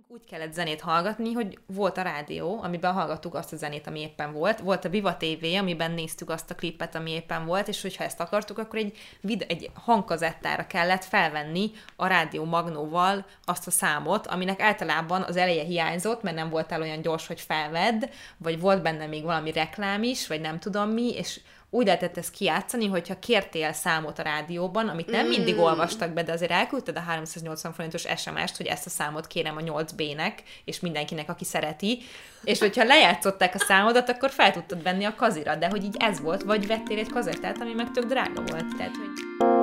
úgy kellett zenét hallgatni, hogy volt a rádió, amiben hallgattuk azt a zenét, ami éppen volt. Volt a Viva TV, amiben néztük azt a klippet, ami éppen volt, és hogyha ezt akartuk, akkor egy hangkazettára kellett felvenni a rádió magnóval azt a számot, aminek általában az eleje hiányzott, mert nem voltál olyan gyors, hogy felvedd, vagy volt benne még valami reklám is, vagy nem tudom mi, és úgy lehetett ezt kijátszani, hogyha kértél számot a rádióban, amit nem mindig olvastak be, de azért elküldted a 380 forintos SMS-t, hogy ezt a számot kérem a 8B-nek, és mindenkinek, aki szereti, és hogyha lejátszották a számodat, akkor fel tudtad venni a kazira, de hogy így ez volt, vagy vettél egy kazettát, ami meg tök drága volt. Tehát, hogy...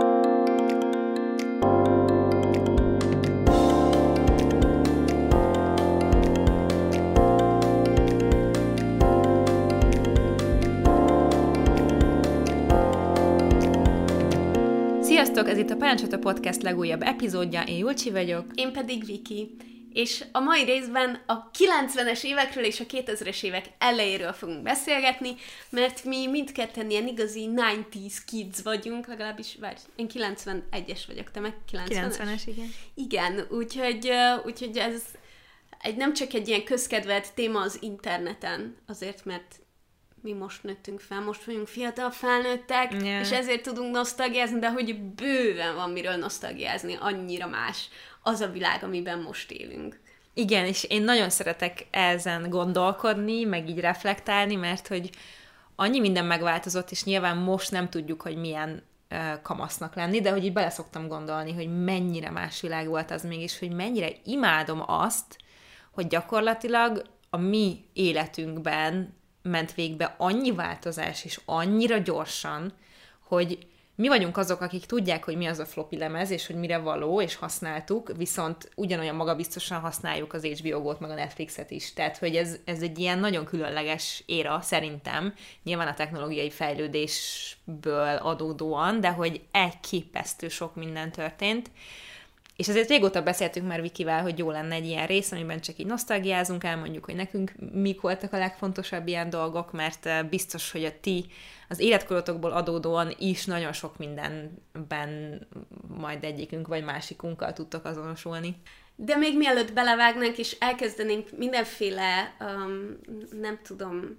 Sziasztok, ez itt a Parancsolta Podcast legújabb epizódja, én Julcsi vagyok. Én pedig Viki. És a mai részben a 90-es évekről és a 2000-es évek elejéről fogunk beszélgetni, mert mi mindketten ilyen igazi 90s kids vagyunk, legalábbis, várj, én 91-es vagyok, te meg 90-es, igen. Igen, úgyhogy ez nem csak egy ilyen közkedvelt téma az interneten, azért, mert mi most nőttünk fel, most vagyunk fiatal felnőttek, és ezért tudunk nosztalgiázni, de hogy bőven van miről nosztalgiázni, annyira más az a világ, amiben most élünk. Igen, és én nagyon szeretek ezen gondolkodni, meg így reflektálni, mert hogy annyi minden megváltozott, és nyilván most nem tudjuk, hogy milyen kamasznak lenni, de hogy így bele szoktam gondolni, hogy mennyire más világ volt az mégis, hogy mennyire imádom azt, hogy gyakorlatilag a mi életünkben ment végbe annyi változás, és annyira gyorsan, hogy mi vagyunk azok, akik tudják, hogy mi az a floppy lemez, és hogy mire való, és használtuk, viszont ugyanolyan magabiztosan használjuk az HBO Go-t, meg a Netflixet is. Tehát, hogy ez egy ilyen nagyon különleges éra, szerintem, nyilván a technológiai fejlődésből adódóan, de hogy elképesztő sok minden történt. És azért régóta beszéltünk már Vikivel, hogy jó lenne egy ilyen rész, amiben csak így nosztalgiázunk, elmondjuk, hogy nekünk mik voltak a legfontosabb ilyen dolgok, mert biztos, hogy a ti az életkorotokból adódóan is nagyon sok mindenben majd egyikünk vagy másikunkkal tudtok azonosulni. De még mielőtt belevágnánk és elkezdenénk mindenféle, nem tudom...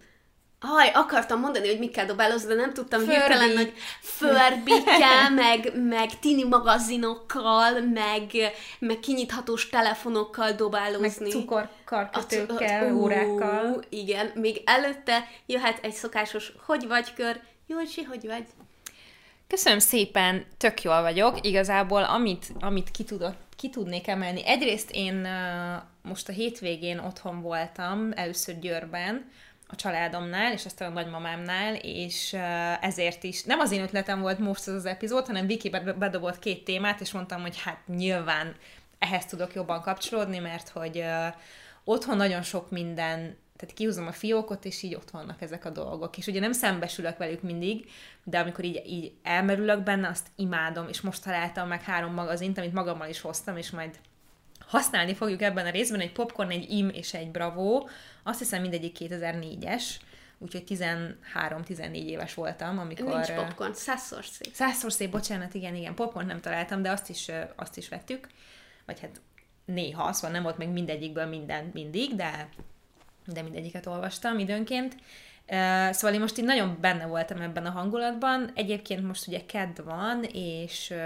akartam mondani, hogy mikkel dobálózni, de nem tudtam hirtelen, hogy Furby-kkel, meg tini magazinokkal, meg kinyithatós telefonokkal dobálózni. Meg cukorkarkötőkkel, órákkal. Igen, még előtte jöhet egy szokásos hogy vagy kör. Julcsi, hogy vagy? Köszönöm szépen, tök jól vagyok. Igazából, amit ki tudnék emelni. Egyrészt én most a hétvégén otthon voltam, először Győrben, a családomnál, és aztán a nagymamámnál, és ezért is, nem az én ötletem volt most az epizód, hanem Viki bedobott 2 témát, és mondtam, hogy hát nyilván ehhez tudok jobban kapcsolódni, mert hogy otthon nagyon sok minden, tehát kihúzom a fiókot, és így ott vannak ezek a dolgok. És ugye nem szembesülök velük mindig, de amikor így elmerülök benne, azt imádom, és most találtam meg 3 magazint, amit magammal is hoztam, és majd használni fogjuk ebben a részben, egy Popcorn, egy Im és egy Bravo. Azt hiszem mindegyik 2004-es, úgyhogy 13-14 éves voltam, amikor... Nincs Popcorn, 100-szor szép. 100-szor szép, bocsánat, igen, Popcorn nem találtam, de azt is vettük. Vagy hát néha, szóval nem volt meg mindegyikből minden mindig, de mindegyiket olvastam időnként. Szóval én most így nagyon benne voltam ebben a hangulatban. Egyébként most ugye kedd van, és...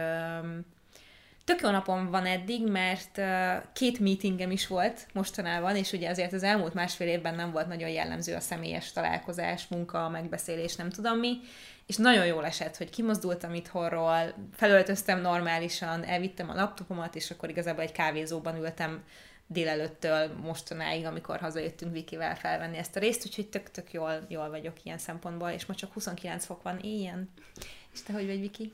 tök jó napom van eddig, mert 2 meetingem is volt mostanában, és ugye azért az elmúlt másfél évben nem volt nagyon jellemző a személyes találkozás, munka, megbeszélés, nem tudom mi, és nagyon jól esett, hogy kimozdultam itthonról, felöltöztem normálisan, elvittem a laptopomat, és akkor igazából egy kávézóban ültem délelőttől mostanáig, amikor hazajöttünk Vikivel felvenni ezt a részt, úgyhogy tök jól vagyok ilyen szempontból, és ma csak 29 fok van éjjel. És te hogy vagy, Viki?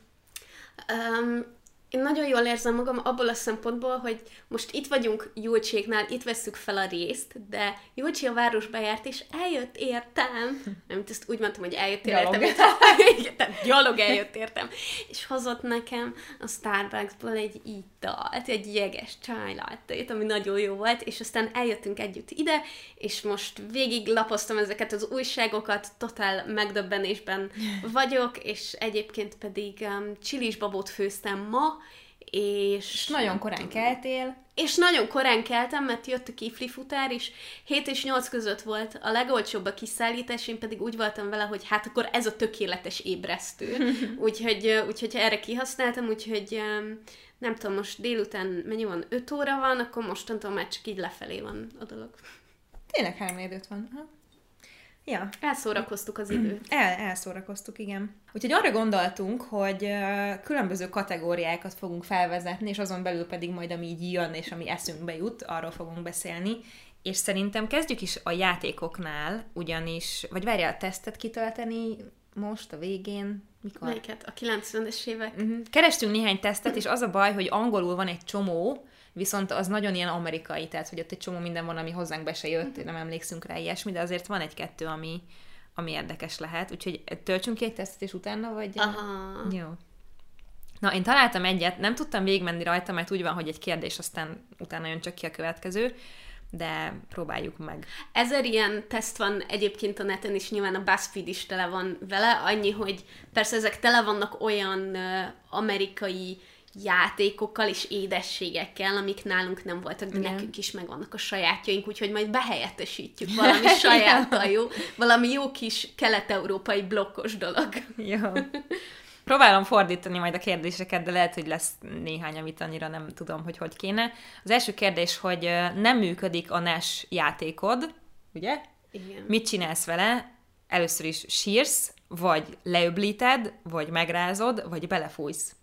Én nagyon jól érzem magam abból a szempontból, hogy most itt vagyunk Julcséknál, itt vesszük fel a részt, de Julcsi a városba járt, és eljött értem. Nem, ezt úgy mondtam, hogy eljött értem. Tehát gyalog eljött értem. És hozott nekem a Starbucksból egy italt, egy jeges chai latte, ami nagyon jó volt, és aztán eljöttünk együtt ide, és most végig lapoztam ezeket az újságokat, totál megdöbbenésben vagyok, és egyébként pedig csilis babót főztem ma, és nagyon korán keltél. És nagyon korán keltem, mert jött a kifli futár, és 7 és 8 között volt a legolcsóbb a kiszállítás, én pedig úgy voltam vele, hogy hát akkor ez a tökéletes ébresztő. úgyhogy erre kihasználtam, úgyhogy nem tudom, most délután mennyi van? 5 óra van, akkor mostantól már csak így lefelé van a dolog. Tényleg 3-4-5 van. Aha. Ja. Elszórakoztuk az időt. Elszórakoztuk, igen. Úgyhogy arra gondoltunk, hogy különböző kategóriákat fogunk felvezetni, és azon belül pedig majd, ami így jön, és ami eszünkbe jut, arról fogunk beszélni. És szerintem kezdjük is a játékoknál, ugyanis, vagy várjál, a tesztet kitölteni most, a végén, mikor? Melyiket? A 90-es évek? Kerestünk néhány tesztet, és az a baj, hogy angolul van egy csomó, viszont az nagyon ilyen amerikai, tehát hogy ott egy csomó minden van, ami hozzánk be se jött, nem emlékszünk rá ilyesmi, de azért van egy-kettő, ami érdekes lehet. Úgyhogy töltsünk ki egy tesztet, és utána, vagy... Aha. Jó. Na, én találtam egyet, nem tudtam végigmenni rajta, mert úgy van, hogy egy kérdés, aztán utána jön csak ki a következő, de próbáljuk meg. 1000 ilyen teszt van egyébként a neten, és nyilván a BuzzFeed is tele van vele, annyi, hogy persze ezek tele vannak olyan amerikai játékokkal és édességekkel, amik nálunk nem voltak, de nekünk is megvannak a sajátjaink, úgyhogy majd behelyettesítjük valami sajáttal, jó? Valami jó kis kelet-európai blokkos dolog. Jó. Próbálom fordítani majd a kérdéseket, de lehet, hogy lesz néhány, amit annyira nem tudom, hogy kéne. Az első kérdés, hogy nem működik a NES játékod, ugye? Igen. Mit csinálsz vele? Először is sírsz, vagy leöblíted, vagy megrázod, vagy belefújsz.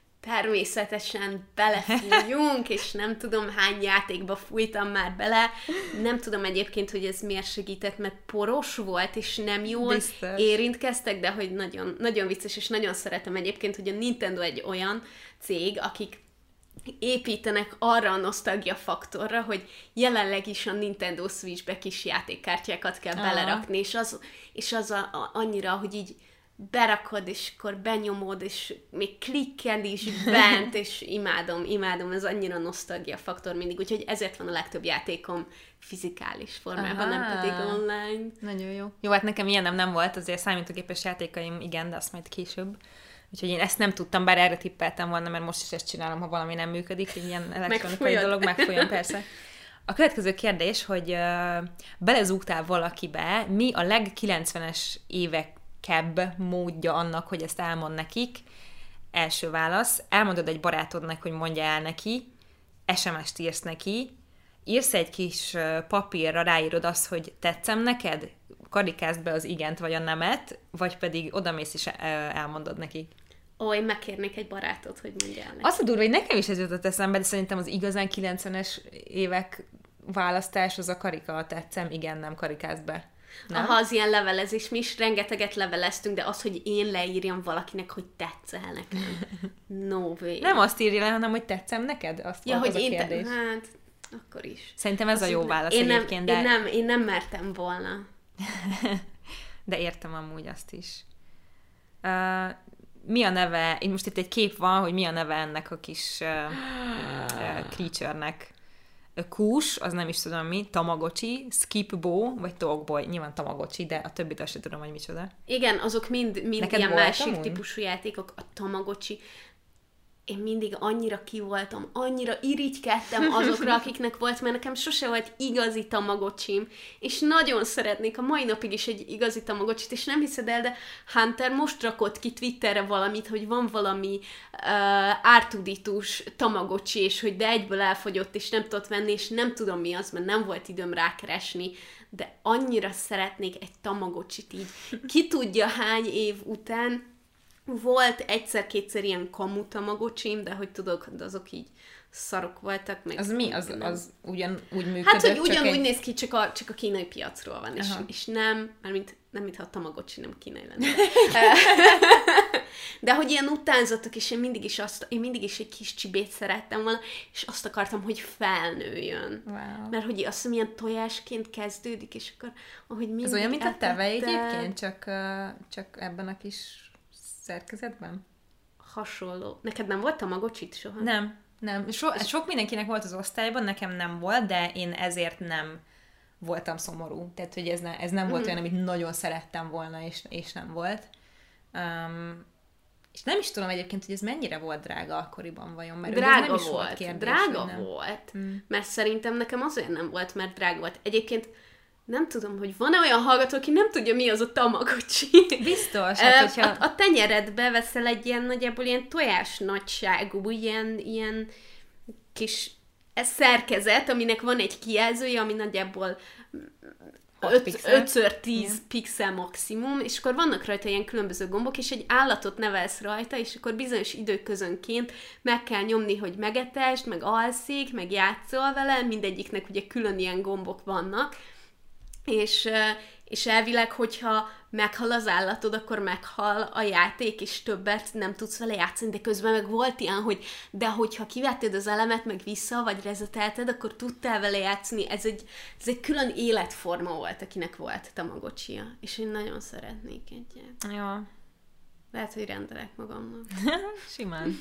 Természetesen belefújjunk, és nem tudom hány játékba fújtam már bele. Nem tudom egyébként, hogy ez miért segített, mert poros volt, és nem jól érintkeztek, de hogy nagyon, nagyon vicces, és nagyon szeretem egyébként, hogy a Nintendo egy olyan cég, akik építenek arra a nosztalgia faktorra, hogy jelenleg is a Nintendo Switchbe kis játékkártyákat kell belerakni, és az annyira, hogy így berakod, és akkor benyomod, és még klikkel is bent, és imádom, ez annyira nosztalgia faktor mindig, úgyhogy ezért van a legtöbb játékom fizikális formában, nem pedig online. Nagyon jó. Jó, hát nekem ilyen nem volt, azért számítógépes játékaim igen, de azt majd később. Úgyhogy én ezt nem tudtam, bár erre tippeltem volna, mert most is ezt csinálom, ha valami nem működik, így ilyen elektronikai dolog, megfolyam persze. A következő kérdés, hogy belezúgtál valakibe, mi a leg-90-es évek módja annak, hogy ezt elmond nekik. Első válasz. Elmondod egy barátodnak, hogy mondja el neki, SMS-t írsz neki, írsz egy kis papírra, ráírod azt, hogy tetszem neked, karikázd be az igent vagy a nemet, vagy pedig odamész és elmondod neki. Én megkérnék egy barátot, hogy mondja el neki. Azt a durva, hogy nekem is ez jutott eszembe, de szerintem az igazán 90-es évek választás az a karika, tetszem, igen, nem karikázd be. Nem? Aha, az ilyen levelezés, mi is rengeteget leveleztünk, de az, hogy én leírjam valakinek, hogy tetszel nekem. No way. Nem azt írja le, hanem hogy tetszem neked? Azt hogy az a kérdés. Hát, akkor is. Szerintem ez azt a jó válasz egyébként. Én nem mertem volna. De értem amúgy azt is. Mi a neve? Most itt egy kép van, hogy mi a neve ennek a kis creature-nek. Kús, az nem is tudom mi, Tamagocsi, Skipbo, vagy Talkboy, nyilván Tamagocsi, de a többit azt sem tudom, hogy micsoda. Igen, azok mind ilyen másik típusú játékok, a Tamagocsi. Én mindig annyira ki voltam, annyira irigykedtem azokra, akiknek volt, mert nekem sose volt igazi Tamagocsim, és nagyon szeretnék a mai napig is egy igazi Tamagocsit, és nem hiszed el, de Hunter most rakott ki Twitterre valamit, hogy van valami ártuditus Tamagocsi, és hogy de egyből elfogyott, és nem tudott venni, és nem tudom mi az, mert nem volt időm rákeresni, de annyira szeretnék egy Tamagocsit így. Ki tudja hány év után. Volt egyszer-kétszer ilyen kamu Tamagocsim, de hogy tudok, de azok így szarok voltak. Meg az mi? Az ugyanúgy működött? Hát, hogy ugyanúgy néz ki, csak a kínai piacról van, és nem, mintha a Tamagocsi nem kínai lenne. De hogy ilyen utánzatok, és én mindig is egy kis csibét szerettem volna, és azt akartam, hogy felnőjön. Wow. Mert hogy azt hiszem, ilyen tojásként kezdődik, és akkor ahogy mindig az olyan, mint a teve egyébként, csak ebben a kis szerkezetben? Hasonló. Neked nem volt Tamagocsit soha? Nem. Sok mindenkinek volt az osztályban, nekem nem volt, de én ezért nem voltam szomorú. Tehát, hogy ez nem volt olyan, amit nagyon szerettem volna, és nem volt. És nem is tudom egyébként, hogy ez mennyire volt drága akkoriban vajon, mert drága ez nem is volt, kérdés, drága volt, mert szerintem nekem azért nem volt, mert drága volt. Egyébként nem tudom, hogy van-e olyan hallgató, aki nem tudja, mi az a Tamagocsi. Biztos. Hát, hogyha... a tenyeredbe veszel egy ilyen nagyjából ilyen tojás nagyságú, ilyen kis szerkezet, aminek van egy kijelzője, ami nagyjából 5x10 pixel maximum, és akkor vannak rajta ilyen különböző gombok, és egy állatot nevelsz rajta, és akkor bizonyos időközönként meg kell nyomni, hogy megetesd, meg alszik, meg játszol vele, mindegyiknek ugye külön ilyen gombok vannak, és elvileg, hogyha meghal az állatod, akkor meghal a játék, és többet nem tudsz vele játszani, de közben meg volt ilyen, hogy de hogyha kivetted az elemet, meg vissza, vagy rezetelted, akkor tudtál vele játszani. Ez egy külön életforma volt, akinek volt Tamagocsia, és én nagyon szeretnék egyet. Ja. Lehet, hogy rendelek magamnak. Simán.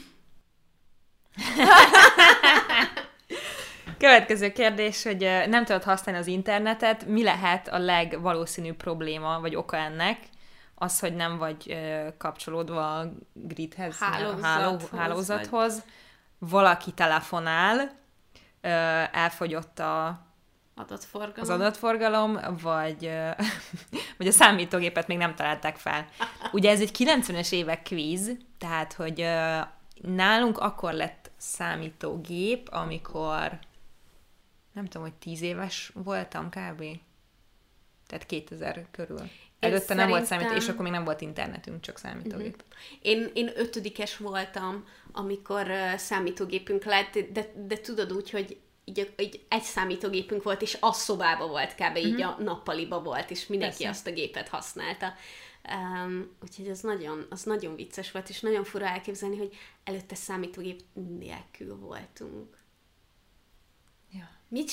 Következő kérdés, hogy nem tudod használni az internetet, mi lehet a legvalószínűbb probléma, vagy oka ennek? Az, hogy nem vagy kapcsolódva a gridhez, hálózathoz. Valaki telefonál, elfogyott az adatforgalom, vagy a számítógépet még nem találták fel. Ugye ez egy 90-es évek kvíz, tehát, hogy nálunk akkor lett számítógép, amikor nem tudom, hogy 10 éves voltam kb. Tehát 2000 körül. Előtte nem volt számítógép, és akkor még nem volt internetünk, csak számítógép. Én 5-es voltam, amikor számítógépünk lett, de tudod úgy, hogy így egy számítógépünk volt, és a szobába volt kb. Így a nappaliba volt, és mindenki azt a gépet használta. Úgyhogy az nagyon vicces volt, és nagyon fura elképzelni, hogy előtte számítógép nélkül voltunk. Ja.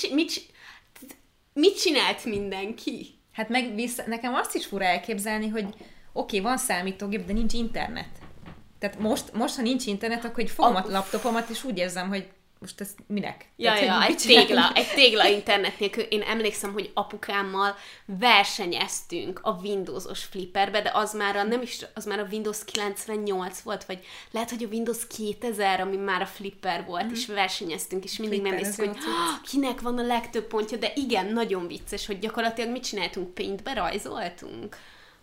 Mit csinált mindenki? Hát nekem azt is fura elképzelni, hogy oké, van számítógép, de nincs internet. Tehát most ha nincs internet, akkor így fogom a laptopomat, és úgy érzem, hogy most ez minek? Ja, egy tégla internet nélkül. Én emlékszem, hogy apukámmal versenyeztünk a Windowsos flipperbe, de az már a Windows 98 volt, vagy lehet, hogy a Windows 2000, ami már a flipper volt, és versenyeztünk, és mindig megnéztük, hogy kinek van a legtöbb pontja, de igen, nagyon vicces, hogy gyakorlatilag mit csináltunk? Paintbe rajzoltunk?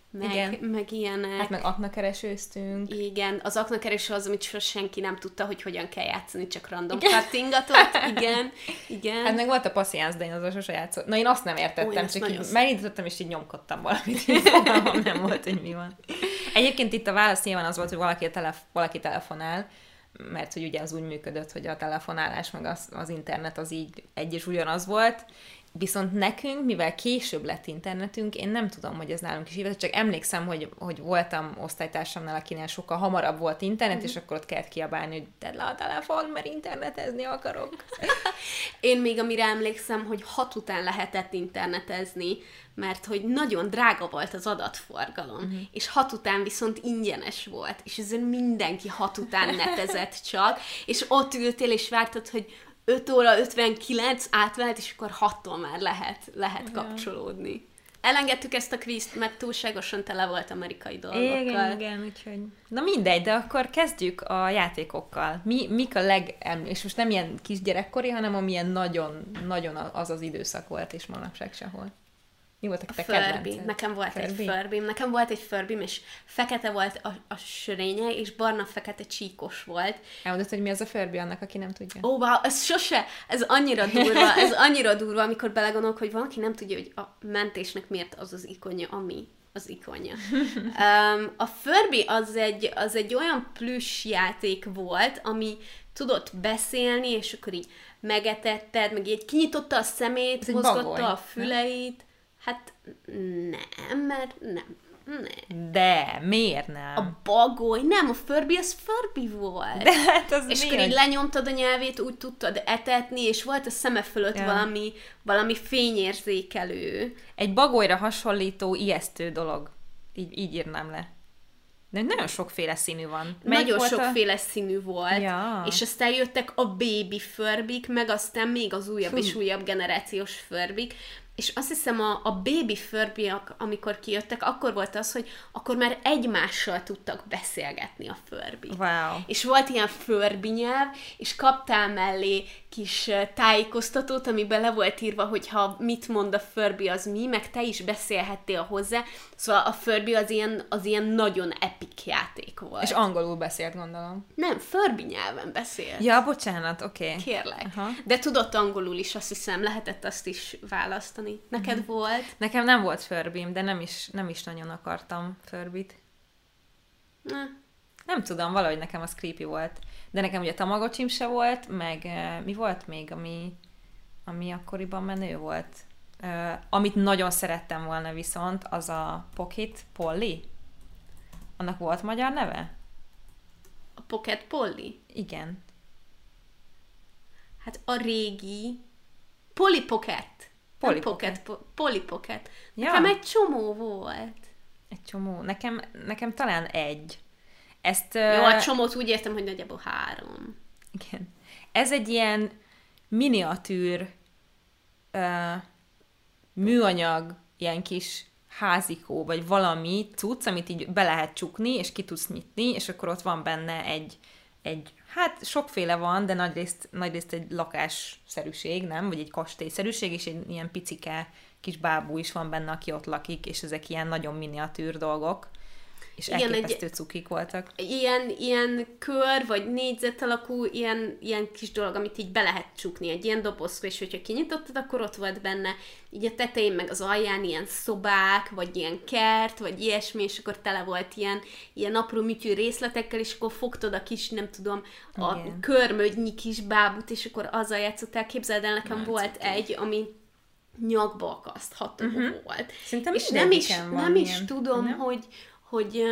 Meg ilyenek. Hát meg aknakeresőztünk. Igen, az aknakereső az, amit senki nem tudta, hogy hogyan kell játszani, csak random cuttingatott. Igen. Hát meg volt a Patience, de én azon sose játszott. Na én azt nem értettem, csak így megindítottam, és így nyomkodtam valamit. Fogalmam nem volt, hogy mi van. Egyébként itt a válasz nyilván az volt, hogy valaki telefonál, mert hogy ugye az úgy működött, hogy a telefonálás meg az internet az így egy és ugyanaz volt. Viszont nekünk, mivel később lett internetünk, én nem tudom, hogy ez nálunk is így, csak emlékszem, hogy voltam osztálytársamnál, akinél sokkal hamarabb volt internet, és akkor ott kellett kiabálni, hogy tedd le a telefon, mert internetezni akarok. Én még amire emlékszem, hogy 6 után lehetett internetezni, mert hogy nagyon drága volt az adatforgalom, és 6 után viszont ingyenes volt, és ezért mindenki 6 után netezett csak, és ott ültél, és vártad, hogy 5 óra 59 átvált, és akkor 6-tól már lehet kapcsolódni. Elengedtük ezt a kvízt, mert túlságosan tele volt amerikai dolgokkal. Igen, úgyhogy... Na mindegy, de akkor kezdjük a játékokkal. Mik a és most nem ilyen kisgyerekkori, hanem amilyen nagyon az időszak volt, és manapság sehol. Mi volt a te kedvenced? Nekem volt egy Furby-m, és fekete volt a sörénye, és barna-fekete csíkos volt. Elmondod, hogy mi az a Furby annak, aki nem tudja? Wow, ez annyira durva, amikor belegondolok, hogy valaki nem tudja, hogy a mentésnek miért az ikonja, ami az ikonja. A Furby az egy olyan plüss játék volt, ami tudott beszélni, és akkor így megetetted, meg így kinyitotta a szemét, mozgatta a füleit. Hát nem, mert nem. De, miért nem? A bagoly, nem, a Furby az Furby volt. De hát az és akkor így lenyomtad a nyelvét, úgy tudtad etetni, és volt a szeme fölött valami fényérzékelő. Egy bagolyra hasonlító, ijesztő dolog. Így írnám le. De nagyon sokféle színű van. Nagyon sokféle színű volt. Ja. És aztán jöttek a baby Furbyk, meg aztán még az újabb és újabb generációs Furbyk. És azt hiszem a baby Furby-ak, amikor kijöttek, akkor volt az, hogy akkor már egymással tudtak beszélgetni a Furby. Wow. És volt ilyen Furby nyelv, és kaptál mellé kis tájékoztatót, amiben le volt írva, hogy ha mit mond a Furby, az mi, meg te is beszélhettél hozzá. Szóval a Furby az ilyen nagyon epic játék volt. És angolul beszélt, gondolom. Nem, Furby nyelven beszélt. Ja, bocsánat, oké. Okay. Kérlek. Aha. De tudott angolul is, azt hiszem, lehetett azt is választani. Neked volt? Nekem nem volt Furbym, de nem is nagyon akartam Furbyt. Nem tudom, valahogy nekem az creepy volt. De nekem ugye Tamagotchim se volt, meg mi volt még, ami akkoriban menő volt? Amit nagyon szerettem volna viszont, az a Pocket Polly. Annak volt magyar neve? A Pocket Polly? Igen. Hát a régi Polly Pocket. Polly Pocket. Polly Pocket. Ja. Nekem egy csomó volt. Egy csomó. Nekem talán egy. Ezt, Jó, a csomót úgy értem, hogy nagyjából 3. Igen. Ez egy ilyen miniatűr műanyag, ilyen kis házikó, vagy valami cucc, amit így be lehet csukni, és ki tudsz nyitni, és akkor ott van benne egy hát sokféle van, de nagyrészt egy lakásszerűség, nem? Vagy egy kastélyszerűség, és egy ilyen picike kis bábú is van benne, aki ott lakik, és ezek ilyen nagyon miniatűr dolgok. És elképesztő cukik voltak. Ilyen kör, vagy négyzet alakú, ilyen kis dolog, amit így be lehet csukni, egy ilyen dobozba, és hogyha kinyitottad, akkor ott volt benne, így a tetején meg az alján ilyen szobák, vagy ilyen kert, vagy ilyesmi, és akkor tele volt ilyen apró műtyű részletekkel, és akkor fogtod a kis, nem tudom, a körmödnyi kis bábút, és akkor azzal játszottál. Képzeld el, nekem volt egy, ami nyakba akasztható volt. Szerintem és nem is tudom, nem? hogy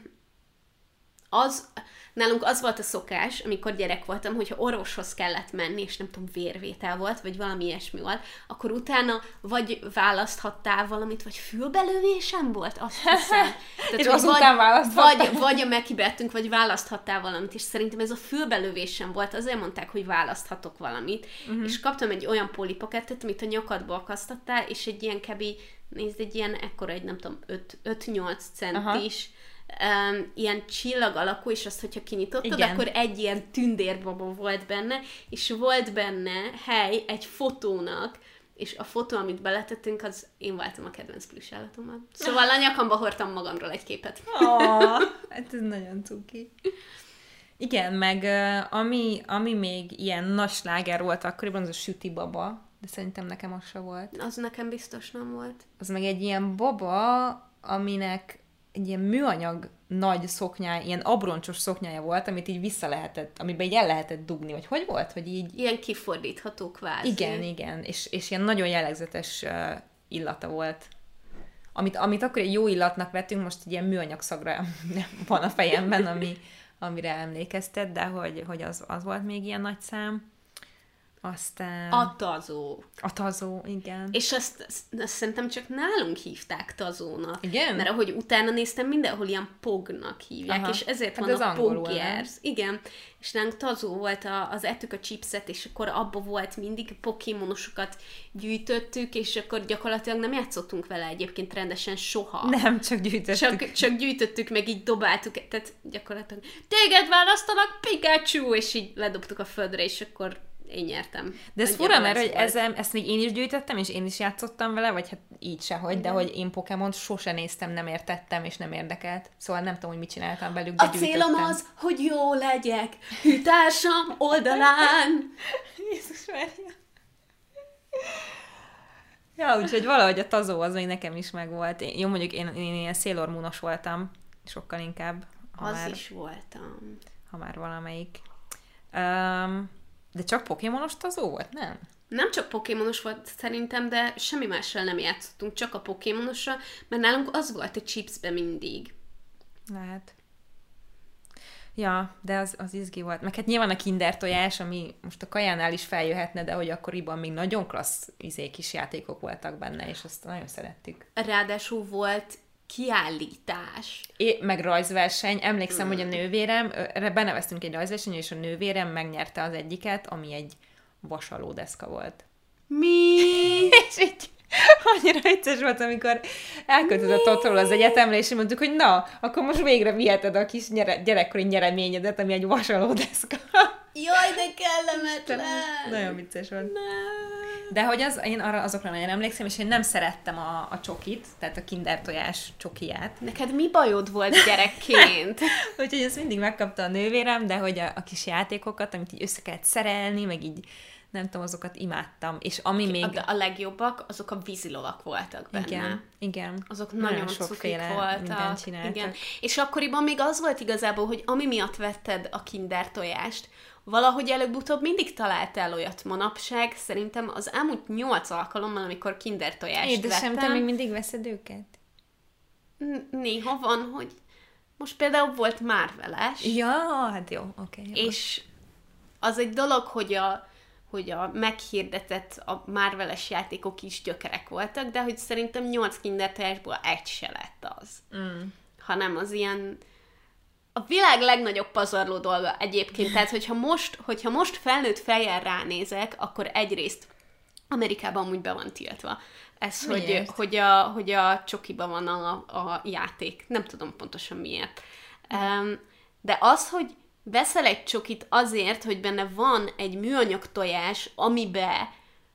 nálunk az volt a szokás, amikor gyerek voltam, hogyha orvoshoz kellett menni, és nem tudom, vérvétel volt, vagy valami ilyesmi volt, akkor utána vagy választhattál valamit, vagy fülbelövésem volt, azt hiszem. Tehát, és azután választhattál. Vagy a mekibettünk, vagy választhattál valamit, és szerintem ez a fülbelövésem volt, azért mondták, hogy választhatok valamit, és kaptam egy olyan polipakettet, amit a nyakadba akasztattál, és egy ilyen nézd, egy ilyen ekkora, egy nem tudom, 5-8 centis, ilyen csillag alakú, és azt, hogyha kinyitottad, igen, akkor egy ilyen tündérbaba volt benne, és volt benne hely egy fotónak, és a fotó, amit beletettünk, az én voltam a kedvenc plusz állatommal. Szóval a nyakamba hordtam magamról egy képet. Hát ez nagyon cuki. Igen, meg ami még ilyen nagy sláger volt akkoriban, az a Süti baba, de szerintem nekem az se volt. Az nekem biztos nem volt. Az meg egy ilyen baba, aminek egy ilyen műanyag nagy szoknyája, ilyen abroncsos szoknyája volt, amit így vissza lehetett, amiben így el lehetett dugni, vagy hogy volt? Hogy így... Ilyen kifordítható kvázi. Igen, és ilyen nagyon jellegzetes illata volt. Amit akkor egy jó illatnak vettünk, most egy ilyen műanyag szagra van a fejemben, amire emlékeztet, de hogy az volt még ilyen nagy szám. Aztán... A tazó. A tazó, igen. És azt szerintem csak nálunk hívták tazónak. Igen? Mert ahogy utána néztem, mindenhol ilyen pognak hívják, és ezért hát van a Poggers. Igen. És nálunk tazó volt, az ettük a chipset, és akkor abba volt mindig, Pokémonosokat gyűjtöttük, és akkor gyakorlatilag nem játszottunk vele egyébként rendesen soha. Nem, csak gyűjtöttük. Csak gyűjtöttük, meg így dobáltuk, tehát gyakorlatilag téged választanak, Pikachu! És így ledobtuk a földre, és akkor én nyertem. De ez fura, mert hogy ezt még én is gyűjtöttem, és én is játszottam vele, vagy hát így sehogy, de hogy én Pokémont sose néztem, nem értettem, és nem érdekelt. Szóval nem tudom, hogy mit csináltam velük, de gyűjtöttem. A célom az, hogy jó legyek, hűtársam oldalán. Jézus Mária. Ja, úgyhogy valahogy a tazó az még nekem is megvolt. Jó, mondjuk én ilyen Sailor Moonos voltam, sokkal inkább. Is voltam. Ha már valamelyik. De csak Pokémonos tazó volt, nem? Nem csak Pokémonos volt szerintem, de semmi mással nem játszottunk, csak a Pokémonossal, mert nálunk az volt a chipsbe mindig. Lehet. Ja, de az izgi volt. Meg hát nyilván a Kinder tojás, ami most a kajánál is feljöhetne, de hogy akkoriban még nagyon klassz kis játékok voltak benne, és azt nagyon szerettük. Ráadásul volt kiállítás. Meg rajzverseny. Emlékszem, hogy a nővérem, beneveztünk egy rajzverseny, és a nővérem megnyerte az egyiket, ami egy vasalódeszka volt. Mi? És így annyira vicces volt, amikor elköltözött otthon az egyetemre, és mondtuk, hogy na, akkor most végre viheted a kis gyerekkori nyereményedet, ami egy vasalódeszka. Jaj, de kellemetlen! Nagyon vicces volt. Nem. De hogy én arra azokra nagyon emlékszem, és én nem szerettem a csokit, tehát a Kinder tojás csokiját. Neked mi bajod volt gyerekként? Úgyhogy ezt mindig megkapta a nővérem, de hogy a kis játékokat, amit így össze kellett szerelni, meg így nem tudom, azokat imádtam. És ami még... A legjobbak, azok a vízilovak voltak benne. Igen. Azok nagyon cukik voltak. Igen. És akkoriban még az volt igazából, hogy ami miatt vetted a Kinder tojást, valahogy előbb-utóbb mindig találtál olyat manapság, szerintem az elmúlt 8 alkalommal, amikor Kinder tojást Édesem, vettem. te még mindig veszed őket? Néha van, hogy most például volt Marvel-es. Ja, hát jó, oké. És az egy dolog, hogy a meghirdetett a Marvel-es játékok is gyökerek voltak, de hogy szerintem 8 Kinder tojásból egy se lett az. Hanem az ilyen a világ legnagyobb pazarló dolga egyébként. Tehát, hogyha most felnőtt fejjel ránézek, akkor egyrészt Amerikában amúgy be van tiltva. Ez, hogy a csokiban van a játék. Nem tudom pontosan miért. De az, hogy veszel egy csokit azért, hogy benne van egy műanyag tojás, amibe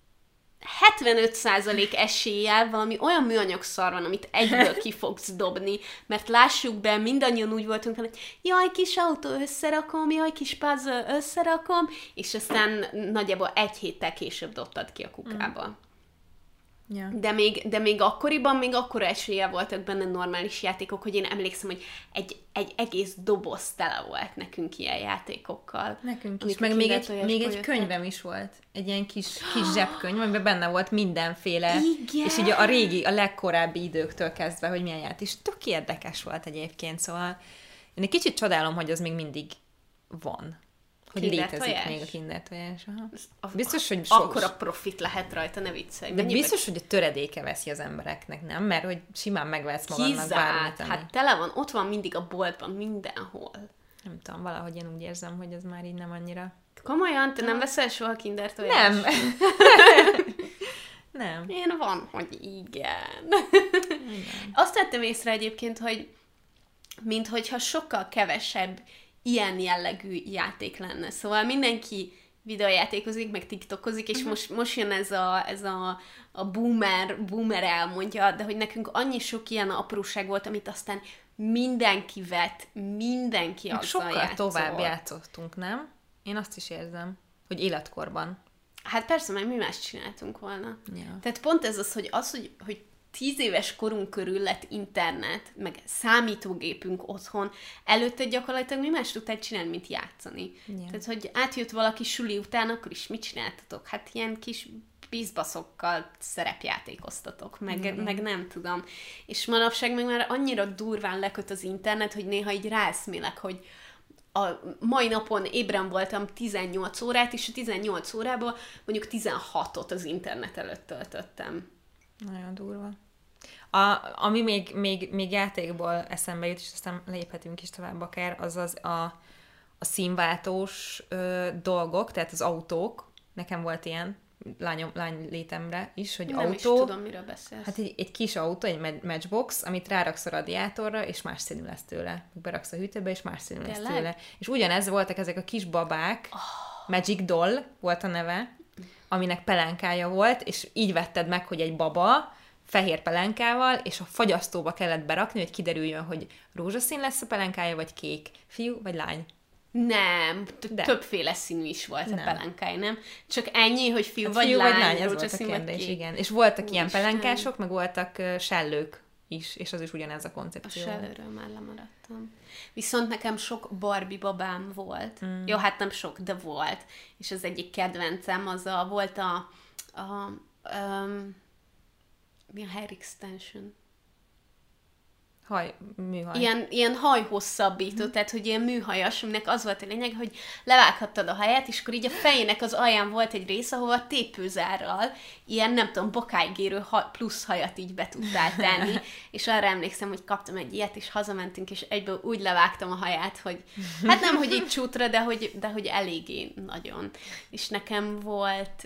75% eséllyel valami olyan műanyag szar van, amit egyből ki fogsz dobni, mert lássuk be, mindannyian úgy voltunk vele, hogy jaj, kis autó összerakom, jaj, kis puzzle összerakom, és aztán nagyjából egy héttel később dobtad ki a kukába. Ja. De még akkoriban még akkora eséllyel voltak benne normális játékok, hogy én emlékszem, hogy egy egész doboz tele volt nekünk ilyen játékokkal. Nekünk is, meg még egy könyvem is volt. Egy ilyen kis zsebkönyv, amiben benne volt mindenféle. Igen. És így a legkorábbi időktől kezdve, hogy milyen játék. És tök érdekes volt egyébként, szóval én egy kicsit csodálom, hogy az még mindig van. Hogy létezik még a Kinder tojás. Biztos, hogy akkora profit lehet rajta, ne viccelj. De biztos, hogy a töredéke veszi az embereknek, nem? Mert hogy simán megvesz magadnak bármit. Hát tele van, ott van mindig a boltban, mindenhol. Nem tudom, valahogy én úgy érzem, hogy ez már így nem annyira... Komolyan? Te nem veszel soha Kinder tojást? Nem. Nem. Én van, hogy igen. Azt tettem észre egyébként, hogy minthogyha sokkal kevesebb ilyen jellegű játék lenne. Szóval mindenki videójátékozik, meg tiktokozik, és most jön ez a boomer elmondja, de hogy nekünk annyi sok ilyen apróság volt, amit aztán mindenki vett, mindenki azzal sokkal játszott. Tovább játszottunk, nem? Én azt is érzem, hogy életkorban. Hát persze, mert mi más csináltunk volna. Ja. Tehát pont ez az, hogy 10 éves korunk körül lett internet, meg számítógépünk otthon, előtte gyakorlatilag mi más tudtál csinálni, mint játszani. Yeah. Tehát, hogy átjött valaki suli után, akkor is mit csináltatok? Hát ilyen kis bizbaszokkal szerepjátékoztatok, meg nem tudom. És manapság meg már annyira durván leköt az internet, hogy néha így ráeszmélek, hogy a mai napon ébren voltam 18 órát, és a 18 órából mondjuk 16-ot az internet előtt töltöttem. Nagyon durva. Ami még játékból eszembe jut, és aztán léphetünk is tovább akár, az a színváltós dolgok, tehát az autók. Nekem volt ilyen lány létemre is, hogy nem autó. Nem is tudom, miről beszélsz. Hát egy kis autó, egy matchbox, amit ráraksz a radiátorra, és más színű lesz tőle. Beraksz a hűtőbe, és más színű lesz tőle. És ugyanez voltak ezek a kis babák, Magic Doll volt a neve, aminek pelenkája volt, és így vetted meg, hogy egy baba, fehér pelenkával, és a fagyasztóba kellett berakni, hogy kiderüljön, hogy rózsaszín lesz a pelenkája, vagy kék, fiú, vagy lány. Nem, többféle színű is volt a pelenkája, nem? Csak ennyi, hogy fiú vagy lány, ez volt a kérdés, igen. És voltak ilyen pelenkások, meg voltak sellők is, és az is ugyanez a koncepció. A sellőről már lemaradtam. Viszont nekem sok Barbie babám volt. Jó, hát nem sok, de volt. És az egyik kedvencem, volt mi a hair extension? Műhaj. Ilyen hajhosszabbító, tehát hogy ilyen műhajas, aminek az volt a lényeg, hogy levághattad a haját, és akkor így a fejének az alján volt egy rész, ahova tépőzárral ilyen, nem tudom, bokáig érő plusz hajat így be tudtál tenni, és arra emlékszem, hogy kaptam egy ilyet, és hazamentünk, és egyből úgy levágtam a haját, hogy hát nem, hogy így csútra, de hogy eléggé nagyon. És nekem volt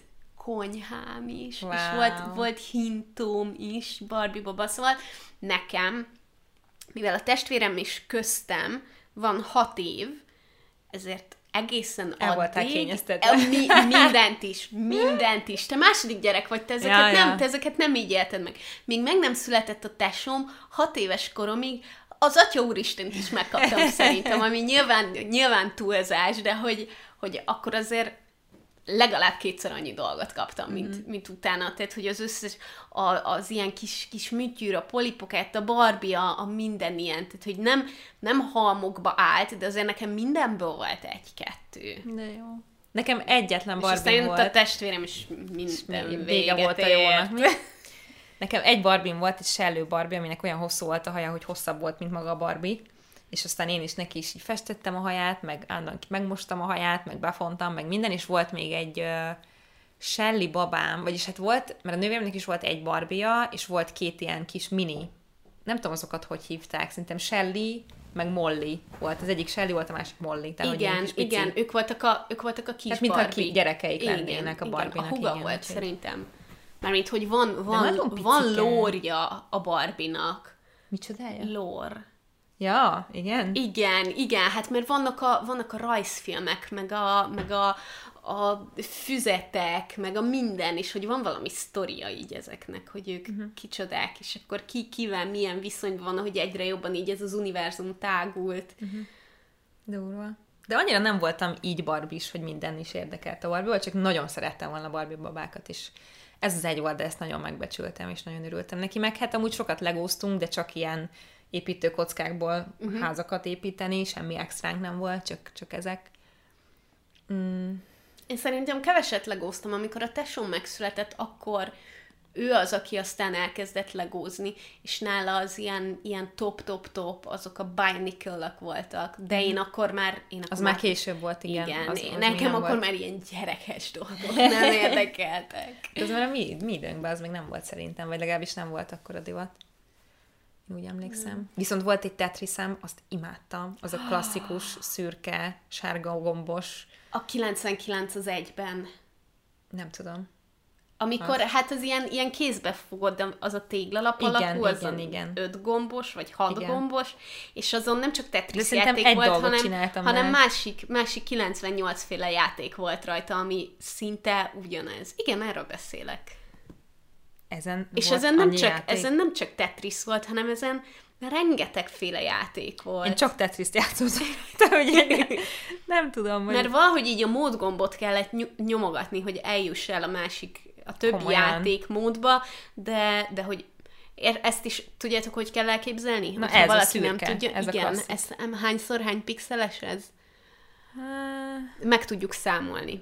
konyhám is, Wow. és volt hintóm is, Barbie baba, szóval nekem, mivel a testvérem is köztem van 6 év, ezért egészen El voltál addig kényeztetve. mindent is. Te második gyerek vagy, te ezeket nem így élted meg. Míg meg nem született a tesóm, 6 éves koromig az Atya Úristent is megkaptam szerintem, ami nyilván túlzás, de hogy akkor azért legalább 2-szer annyi dolgot kaptam, mint utána. Tehát, hogy az összes, az ilyen kis műtyűr, a polipokát, a Barbie, a minden ilyen. Tehát, hogy nem halmokba állt, de azért nekem mindenből volt 1-2. De jó. Nekem egyetlen És Barbie volt. a testvérem is minden vége volt a jónak. Nekem egy Barbie volt, egy sellő Barbie, aminek olyan hosszú volt a haja, hogy hosszabb volt, mint maga a Barbie. És aztán én is neki is így festettem a haját, meg állandóan megmostam a haját, meg befontam, meg minden, és volt még egy Shelly babám, vagyis hát volt, mert a nővéremnek is volt egy Barbie-ja, és volt 2 ilyen kis mini, nem tudom azokat hogy hívták, szerintem Shelly, meg Molly volt. Az egyik Shelly volt, a másik Molly. Tehát, igen, ők voltak a kis tehát, mintha Barbie. gyerekeik lennének a Barbie-nak. A húga igen, volt úgyhogy. szerintem. Mármint, hogy van lórja a Barbie-nak. Micsodája? Lór. Ja, igen? Igen, hát mert vannak a rajzfilmek, meg a füzetek, meg a minden, és hogy van valami sztoria így ezeknek, hogy ők kicsodák, és akkor kivel milyen viszonyban van, hogy egyre jobban így ez az univerzum tágult. Durva. De annyira nem voltam így Barbie-s, hogy minden is érdekelt a Barbie-val, csak nagyon szerettem volna Barbie babákat is. Ez az egy volt, de ezt nagyon megbecsültem, és nagyon örültem neki. Meg hát amúgy sokat legóztunk, de csak ilyen építőkockákból házakat építeni, semmi extránk nem volt, csak ezek. Én szerintem keveset legóztam, amikor a tesóm megszületett, akkor ő az, aki aztán elkezdett legózni, és nála az ilyen top, azok a Bionicle-ök voltak, de én akkor már... Az már később volt, igen. Az nekem akkor volt. Már ilyen gyerekes dolgok nem érdekeltek. De az már a mi időnkben az még nem volt szerintem, vagy legalábbis nem volt akkor a divat. Úgy emlékszem. Viszont volt egy Tetrisem, azt imádtam. Az a klasszikus, szürke, sárga gombos. A 99 az 1-ben. Nem tudom. Amikor, hát az ilyen kézbe fogod, az a téglalap alakú, az igen. 5 gombos, vagy 6 gombos, és azon nem csak Tetris játék volt, hanem másik 98 féle játék volt rajta, ami szinte ugyanez. Igen, erről beszélek. És ezen nem csak Tetris volt, hanem ezen rengetegféle játék volt. Én csak Tetriszt játszottam, hogy nem tudom. Hogy... Mert valahogy így a módgombot kellett nyomogatni, hogy eljuss el a többi játék módba, de hogy ezt is tudjátok, hogy kell elképzelni? Na ez valaki a szürke, nem tudja. Ez igen, hány pixeles ez? Meg tudjuk számolni.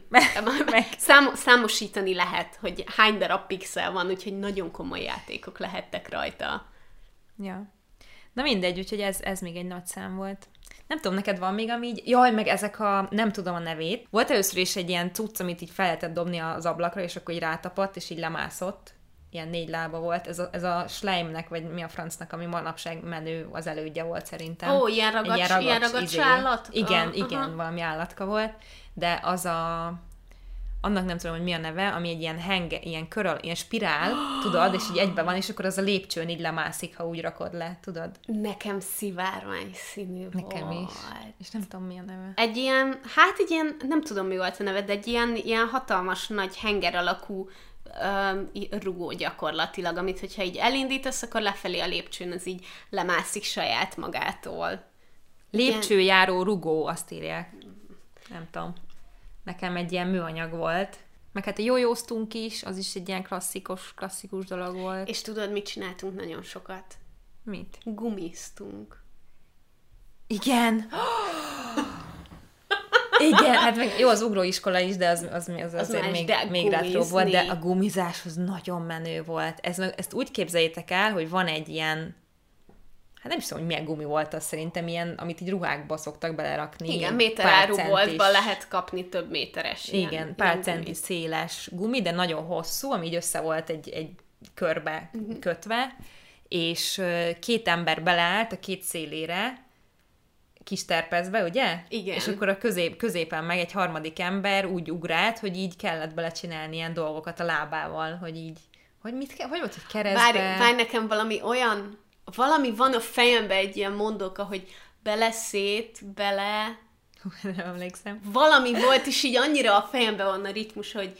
Számosítani lehet, hogy hány darab pixel van, úgyhogy nagyon komoly játékok lehettek rajta. Ja. Na mindegy, úgyhogy ez még egy nagy szám volt. Nem tudom, neked van még, ami így... Jaj, meg ezek nem tudom a nevét. Volt először is egy ilyen cucc, amit így fel lehetett dobni az ablakra, és akkor így rátapadt, és így lemászott. Ilyen 4 lába volt. Ez a Schleimnek, vagy mi a francnak, ami manapság menő, az elődje volt szerintem. Ó, ilyen ragacs állat? Igen, valami állatka volt. De az annak nem tudom, hogy mi a neve, ami egy ilyen spirál, tudod, és így egyben van, és akkor az a lépcsőn így lemászik, ha úgy rakod le, tudod? Nekem szivárvány színű Nekem is. És nem tudom, mi a neve. Egy ilyen, nem tudom, mi volt a neve, de egy ilyen hatalmas nagy henger alakú rugó gyakorlatilag, amit hogyha így elindítasz, akkor lefelé a lépcsőn az így lemászik saját magától. Lépcsőjáró rugó, azt írják. Nem tudom. Nekem egy ilyen műanyag volt. Meg hát a jójóztunk is, az is egy ilyen klasszikus dolog volt. És tudod, mit csináltunk nagyon sokat? Mit? Gumiztunk. Igen! Igen, hát meg jó, az ugróiskola is, de az azért még retro volt, de a gumizás az nagyon menő volt. Ezt úgy képzeljétek el, hogy van egy ilyen, hát nem is tudom, hogy milyen gumi volt az szerintem, ilyen, amit így ruhákba szoktak belerakni. Igen, méteráru boltban lehet kapni több méteres. Igen, pár centi széles gumi, de nagyon hosszú, ami így össze volt egy körbe kötve, és 2 ember beleállt a 2 szélére, kis terpezbe, ugye? Igen. És akkor a középen meg egy harmadik ember úgy ugrált, hogy így kellett belecsinálni ilyen dolgokat a lábával, hogy így, hogy hogy volt, hogy keresztbe... Várj, nekem valami van a fejemben egy ilyen mondóka, hogy bele... Nem emlékszem. Valami volt, és így annyira a fejemben van a ritmus, hogy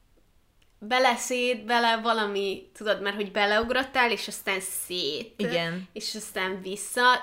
bele valami, tudod, mert hogy beleugrottál, és aztán szét. Igen. És aztán vissza.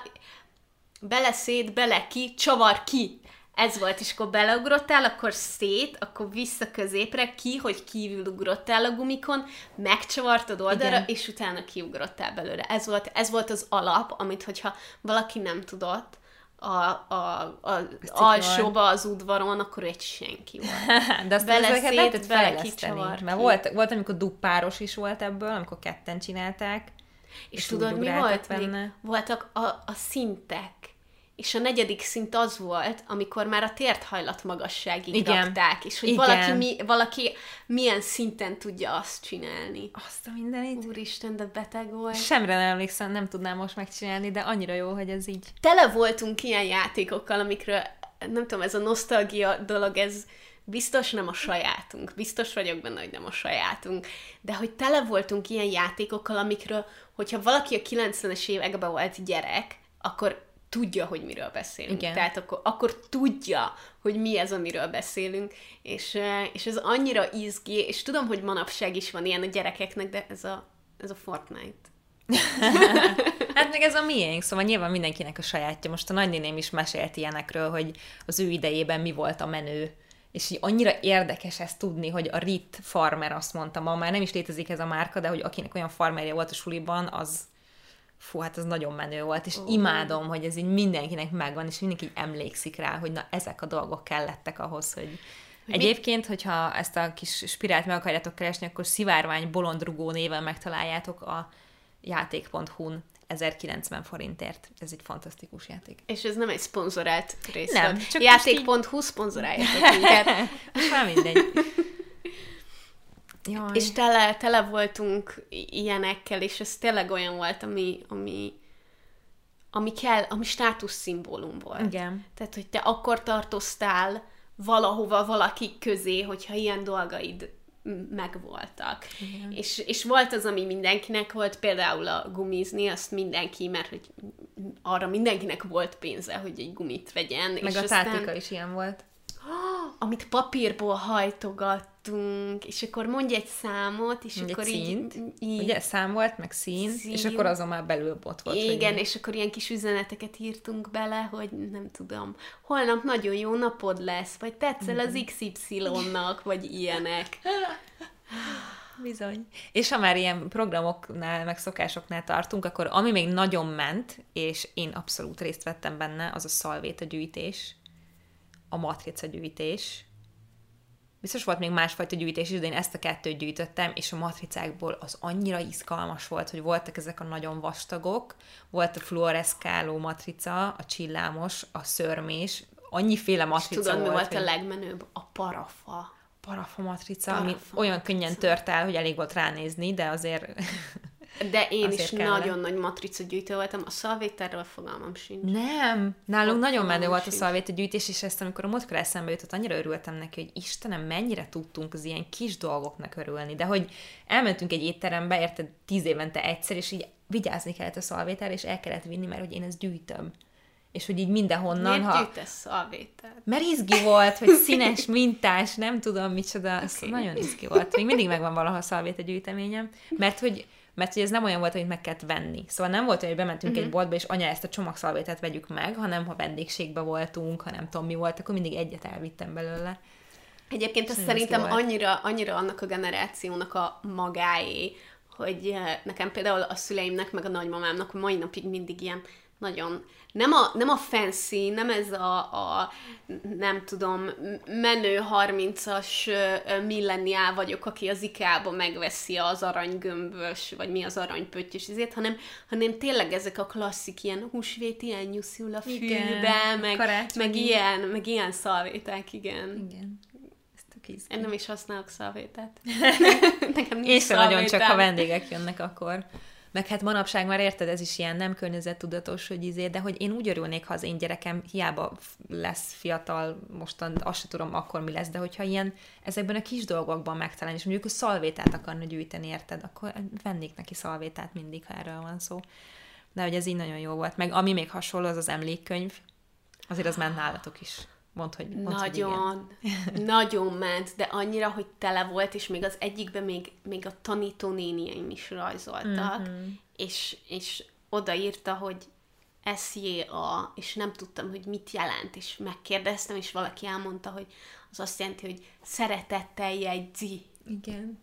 Bele ki, csavar ki. Ez volt, és akkor beleugrottál, akkor szét, akkor vissza középre, ki, hogy kívül ugrottál a gumikon, megcsavartad oldalra, igen. És utána kiugrottál belőle. Ez volt az alap, amit hogyha valaki nem tudott, az alsóba, az udvaron, akkor egy senki volt. De azt ezeket lehetett fejleszteni. Mert volt, amikor duppáros is volt ebből, amikor ketten csinálták. És tudod, mi volt? Voltak a szintek. És a 4. szint az volt, amikor már a térthajlat magasságig rakták, és hogy valaki milyen szinten tudja azt csinálni. Azt a mindenit. Úristen, de beteg volt. Semre nem emlékszem, nem tudnám most megcsinálni, de annyira jó, hogy ez így. Tele voltunk ilyen játékokkal, amikről, nem tudom, ez a nosztalgia dolog, ez biztos nem a sajátunk. Biztos vagyok benne, hogy nem a sajátunk. De hogy tele voltunk ilyen játékokkal, amikről, hogyha valaki a 90-es években volt gyerek, akkor tudja, hogy miről beszélünk. Igen. Tehát akkor tudja, hogy mi ez, amiről beszélünk, és ez annyira izgi, és tudom, hogy manapság is van ilyen a gyerekeknek, de ez a Fortnite. Hát meg ez a miénk, szóval nyilván mindenkinek a sajátja. Most a nagynéném is mesélt ilyenekről, hogy az ő idejében mi volt a menő. És így annyira érdekes ezt tudni, hogy a Rit Farmer azt mondta, ma már nem is létezik ez a márka, de hogy akinek olyan farmerje volt a suliban, az fú, hát az nagyon menő volt, és imádom, hogy ez így mindenkinek megvan, és mindenki így emlékszik rá, hogy na, ezek a dolgok kellettek ahhoz, hogy... Egyébként, hogyha ezt a kis spirált meg akarjátok keresni, akkor Szivárvány bolondrugó néven megtaláljátok a játék.hu-n 1090 forintért. Ez egy fantasztikus játék. És ez nem egy szponzorált rész. Nem. Játék.hu szponzoráljátok minket. Már mindegy. Jaj. És tele voltunk ilyenekkel, és ez tényleg olyan volt, ami státuszszimbólum volt. Igen. Tehát, hogy te akkor tartoztál valahova valaki közé, hogyha ilyen dolgaid megvoltak. És volt az, ami mindenkinek volt, például a gumizni, azt mindenki, mert hogy arra mindenkinek volt pénze, hogy egy gumit vegyen. Meg és a tátika is ilyen volt. Amit papírból hajtogattunk, és akkor mondj egy számot, és egy akkor színt. Így... Ugye szám volt, meg szín, és akkor azon már belül bot volt. Igen, és akkor ilyen kis üzeneteket írtunk bele, hogy nem tudom, holnap nagyon jó napod lesz, vagy tetszel az XY-nak, vagy ilyenek. Bizony. És ha már ilyen programoknál, meg szokásoknál tartunk, akkor ami még nagyon ment, és én abszolút részt vettem benne, az a szalvétagyűjtés, a matricagyűjtés. Biztos volt még másfajta gyűjtés is, de én ezt a kettőt gyűjtöttem, és a matricákból az annyira izgalmas volt, hogy voltak ezek a nagyon vastagok, volt a fluoreszkáló matrica, a csillámos, a szörmés, annyiféle matrica volt. És tudod, mi volt hogy... a legmenőbb? A parafa. Parafa matrica, ami olyan könnyen tört el, hogy elég volt ránézni, de azért... De én is nagyon nagy matrica gyűjtő voltam, a szalvétáról fogalmam sincs. Nem! Nálunk nagyon menő volt a szalvéta gyűjtés, és ezt amikor a múltkor eszembe jutott, annyira örültem neki, hogy Istenem, mennyire tudtunk az ilyen kis dolgoknak örülni, de hogy elmentünk egy étterembe, érted, 10 évente egyszer, és így vigyázni kellett a szalvétára, és el kellett vinni, mert hogy én ezt gyűjtöm. És hogy így mindenhonnan... Miért gyűjtesz szalvétát? Mert izgi volt, hogy színes, mintás, nem tudom micsoda, okay. Nagyon izgi volt. Még mindig megvan valaha a szalvéta gyűjteményem, mert hogy ez nem olyan volt, amit meg kellett venni. Szóval nem volt, hogy bementünk egy boltba, és anya, ezt a csomagszalvétát vegyük meg, hanem ha vendégségbe voltunk, ha nem tudom mi volt, akkor mindig egyet elvittem belőle. Egyébként ez szerintem annyira annak a generációnak a magáé, hogy nekem például a szüleimnek, meg a nagymamámnak mai napig mindig ilyen nagyon, nem a fancy, nem ez a nem tudom, menő 30-as milleniál vagyok, aki az IKEA-ba megveszi az aranygömbös, vagy mi az aranypöttyös izét, hanem tényleg ezek a klasszik ilyen húsvét, ilyen nyuszul a fűbe, meg ilyen szalvéták, igen. Én nem is használok szalvétát. Nekem nincs és nagyon csak, ha vendégek jönnek, akkor Meg hát manapság már érted, ez is ilyen nem környezettudatos, hogy de hogy én úgy örülnék, ha az én gyerekem hiába lesz fiatal, mostan azt se tudom akkor mi lesz, de hogyha ilyen ezekben a kis dolgokban megtalálni, és mondjuk ő szalvétát akarna gyűjteni, érted, akkor vennék neki szalvétát mindig, ha erről van szó. De hogy ez így nagyon jó volt. Meg ami még hasonló, az az emlékkönyv. Azért az ment nálatok is. Mondd, hogy nagyon, nagyon ment, de annyira, hogy tele volt, és még az egyikben még a tanítónéniaim is rajzoltak, és odaírta, hogy SJA, és nem tudtam, hogy mit jelent, és megkérdeztem, és valaki elmondta, hogy az azt jelenti, hogy szeretettel jegyzi. Igen.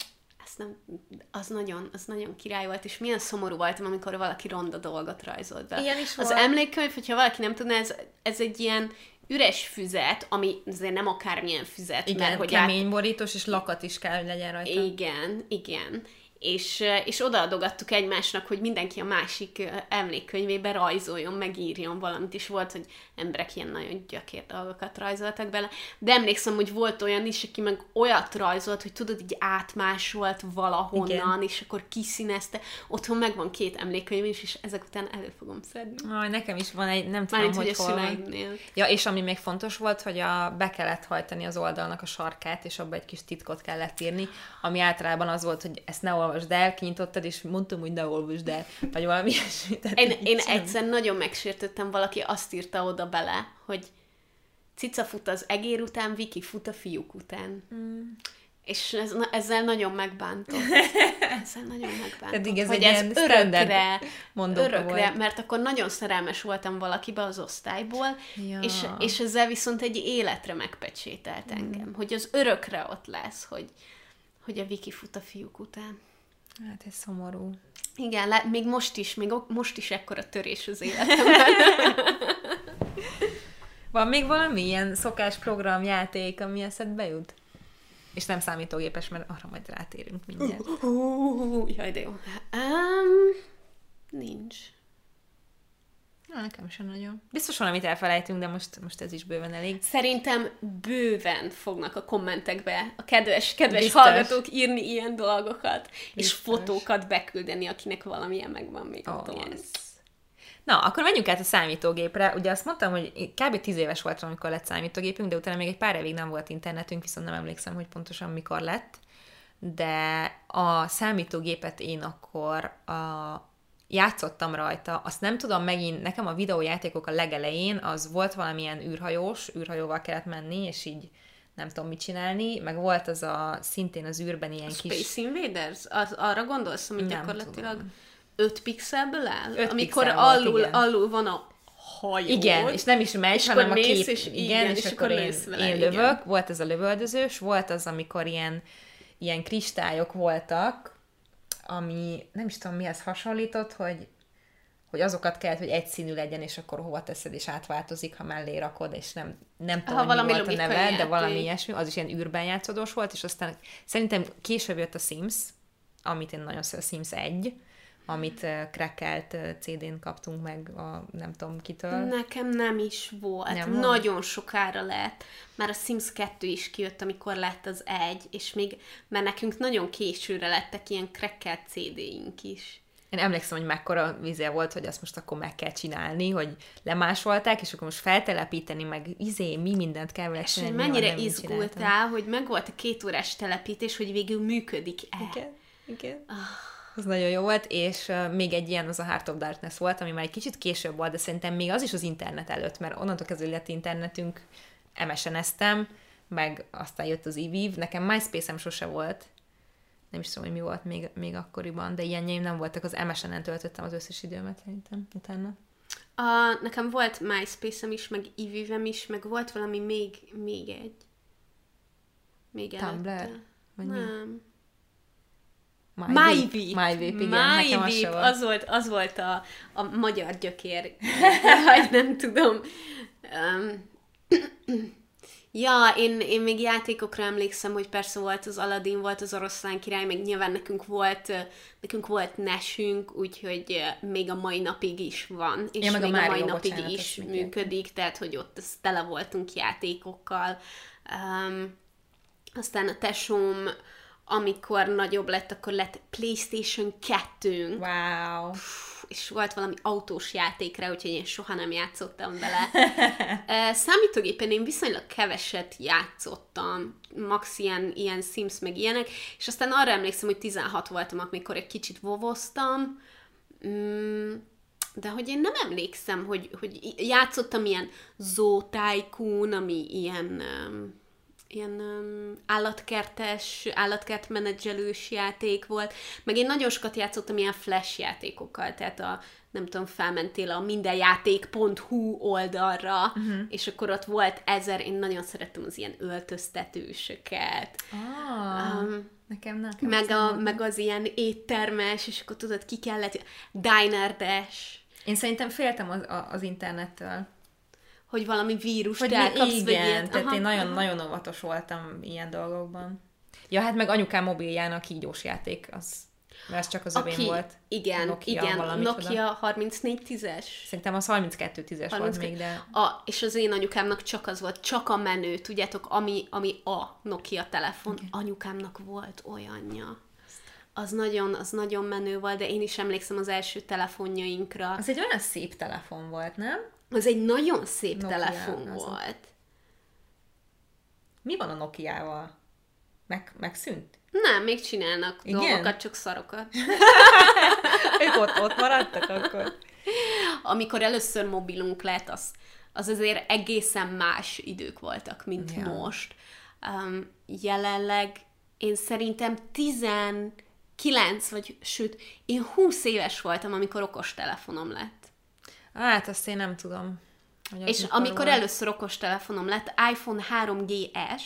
Az nagyon király volt, és milyen szomorú voltam, amikor valaki ronda dolgot rajzolt be. Ilyen is az volt. emlékkönyv, hogyha valaki nem tudná, ez egy ilyen üres füzet, ami azért nem akármilyen füzet. Igen, mert, hogy kemény borítós, és lakat is kell, hogy legyen rajta. Igen. És odaadogattuk egymásnak, hogy mindenki a másik emlékkönyvébe rajzoljon, megírjon valamit, és volt, hogy emberek ilyen nagyon gyökér dolgokat rajzoltak bele, de emlékszem, hogy volt olyan is, aki meg olyat rajzolt, hogy tudod, így átmásolt valahonnan, igen. És akkor kiszínezte. Otthon megvan 2 emlékkönyv is, és ezek után elő fogom szedni. Nekem is van egy, nem tudom, hogy hol van. Ja, és ami még fontos volt, hogy be kellett hajtani az oldalnak a sarkát, és abba egy kis titkot kellett írni, ami általában az volt, hogy ezt ne olvasd el, kinyitottad, és mondtam, hogy ne olvasd el, vagy valami ilyesmit. Én egyszer nagyon megsértettem, valaki azt írta oda bele, hogy cica fut az egér után, Viki fut a fiúk után. És ezzel nagyon megbántott. Pedig ez hogy egy ez örökre, mert akkor nagyon szerelmes voltam valakibe az osztályból, ja. és ezzel viszont egy életre megpecsételt engem, hogy az örökre ott lesz, hogy a Viki fut a fiúk után. Hát ez szomorú. Igen, még most is ekkora törés az életemben. Van még valami ilyen szokás program, játék, ami eszedbe jut? És nem számítógépes, mert arra majd rátérünk mindjárt. Jaj, de jó. Nincs. Nekem sem nagyon. Biztos valamit elfelejtünk, de most ez is bőven elég. Szerintem bőven fognak a kommentekbe a kedves hallgatók írni ilyen dolgokat, és fotókat beküldeni, akinek valamilyen megvan még otthon. Yes. Na, akkor menjünk át a számítógépre. Ugye azt mondtam, hogy kb. 10 éves voltam, amikor lett számítógépünk, de utána még egy pár évig nem volt internetünk, viszont nem emlékszem, hogy pontosan mikor lett. De a számítógépet én akkor játszottam rajta. Azt nem tudom megint, nekem a videójátékok a legelején, az volt valamilyen űrhajóval kellett menni, és így nem tudom mit csinálni, meg volt az szintén az űrben ilyen Space kis... Space Invaders? Arra gondolsz, amit gyakorlatilag... Tudom. 5 pixelből áll? 5 amikor pixel volt, alul van a hajó. Igen, és nem is megy, hanem a kép. És akkor én lövök. Igen. Volt ez a lövöldözős, volt az, amikor ilyen kristályok voltak, ami nem is tudom mihez hasonlított, hogy azokat kellett, hogy egyszínű legyen, és akkor hova teszed, és átváltozik, ha mellé rakod, és nem tudom, mi volt a neve, de valami ilyesmi, az is ilyen űrben játszódós volt, és aztán szerintem később jött a Sims, amit én nagyon szeretem, a Sims 1, amit crackelt CD-n kaptunk meg a nem tudom kitől. Nekem nem is volt. Nem nagyon sokára lett. Már a Sims 2 is kijött, amikor lett az 1, és még, mert nekünk nagyon későre lettek ilyen crackelt CD-ink is. Én emlékszem, hogy mekkora vízé volt, hogy azt most akkor meg kell csinálni, hogy lemásolták, és akkor most feltelepíteni, meg mi mindent kell vele csinálni. És mennyire izgultál, hogy meg volt a 2 órás telepítés, hogy végül működik-e. Igen. Az nagyon jó volt, és még egy ilyen, az a Heart of Darkness volt, ami már egy kicsit később volt, de szerintem még az is az internet előtt, mert onnantól kezdve lett internetünk, MSN-eztem, meg aztán jött az eViv, nekem MySpace-em sose volt, nem is tudom, hogy mi volt még akkoriban, de ilyenjeim nem voltak, az MSN-en töltöttem az összes időmet szerintem utána. Nekem volt MySpace-em is, meg eViv-em is, meg volt valami még egy. Még Tumblr? Vagy nem. MyVip, igen. Az volt a magyar gyökér. Vagy nem tudom. Ja, én még játékokra emlékszem, hogy persze volt az Aladdin, volt az Oroszlán király, meg nyilván nekünk volt NES-ünk, úgyhogy még a mai napig is van, és még a mai napig is működik, tehát hogy ott tele voltunk játékokkal. Aztán a tesóm amikor nagyobb lett, akkor lett PlayStation 2-nk. Wow. És volt valami autós játékra, úgyhogy én soha nem játszottam vele. Számítógépen én viszonylag keveset játszottam, max ilyen Sims meg ilyenek, és aztán arra emlékszem, hogy 16 voltam, amikor egy kicsit vovoztam, de hogy én nem emlékszem, hogy játszottam ilyen Zoo Tycoon, ami ilyen állatkertmenedzselős játék volt, meg én nagyon sokat játszottam ilyen flash játékokkal, tehát nem tudom, felmentél a mindenjáték.hu oldalra, és akkor ott volt 1000, én nagyon szerettem az ilyen öltöztetősöket. Nekem meg az ilyen éttermes, és akkor tudod, ki kellett, Diner Dash. Én szerintem féltem az internettől. Hogy valami vírust elkapsz, igen, vagy ilyet. Tehát én nagyon óvatos voltam ilyen dolgokban. Ja, hát meg anyukám mobiljának kígyós játék, ez csak az övé volt. Igen, Nokia 3410-es. Szerintem az 3210-es volt még, de... És az én anyukámnak csak az volt, csak a menő, tudjátok, ami a Nokia telefon. Igen. Anyukámnak volt olyanja. Az nagyon menő volt, de én is emlékszem az első telefonjainkra. Az egy olyan szép telefon volt, nem? Az egy nagyon szép telefon volt. Mi van a Nokiával? Megszűnt? Nem, még csinálnak dolgokat, csak szarokat. Ők ott maradtak akkor? Amikor először mobilunk lett, az azért egészen más idők voltak, mint most. Jelenleg én szerintem 19, vagy sőt, én 20 éves voltam, amikor okostelefonom lett. Hát, azt én nem tudom. És amikor először okostelefonom lett, iPhone 3GS,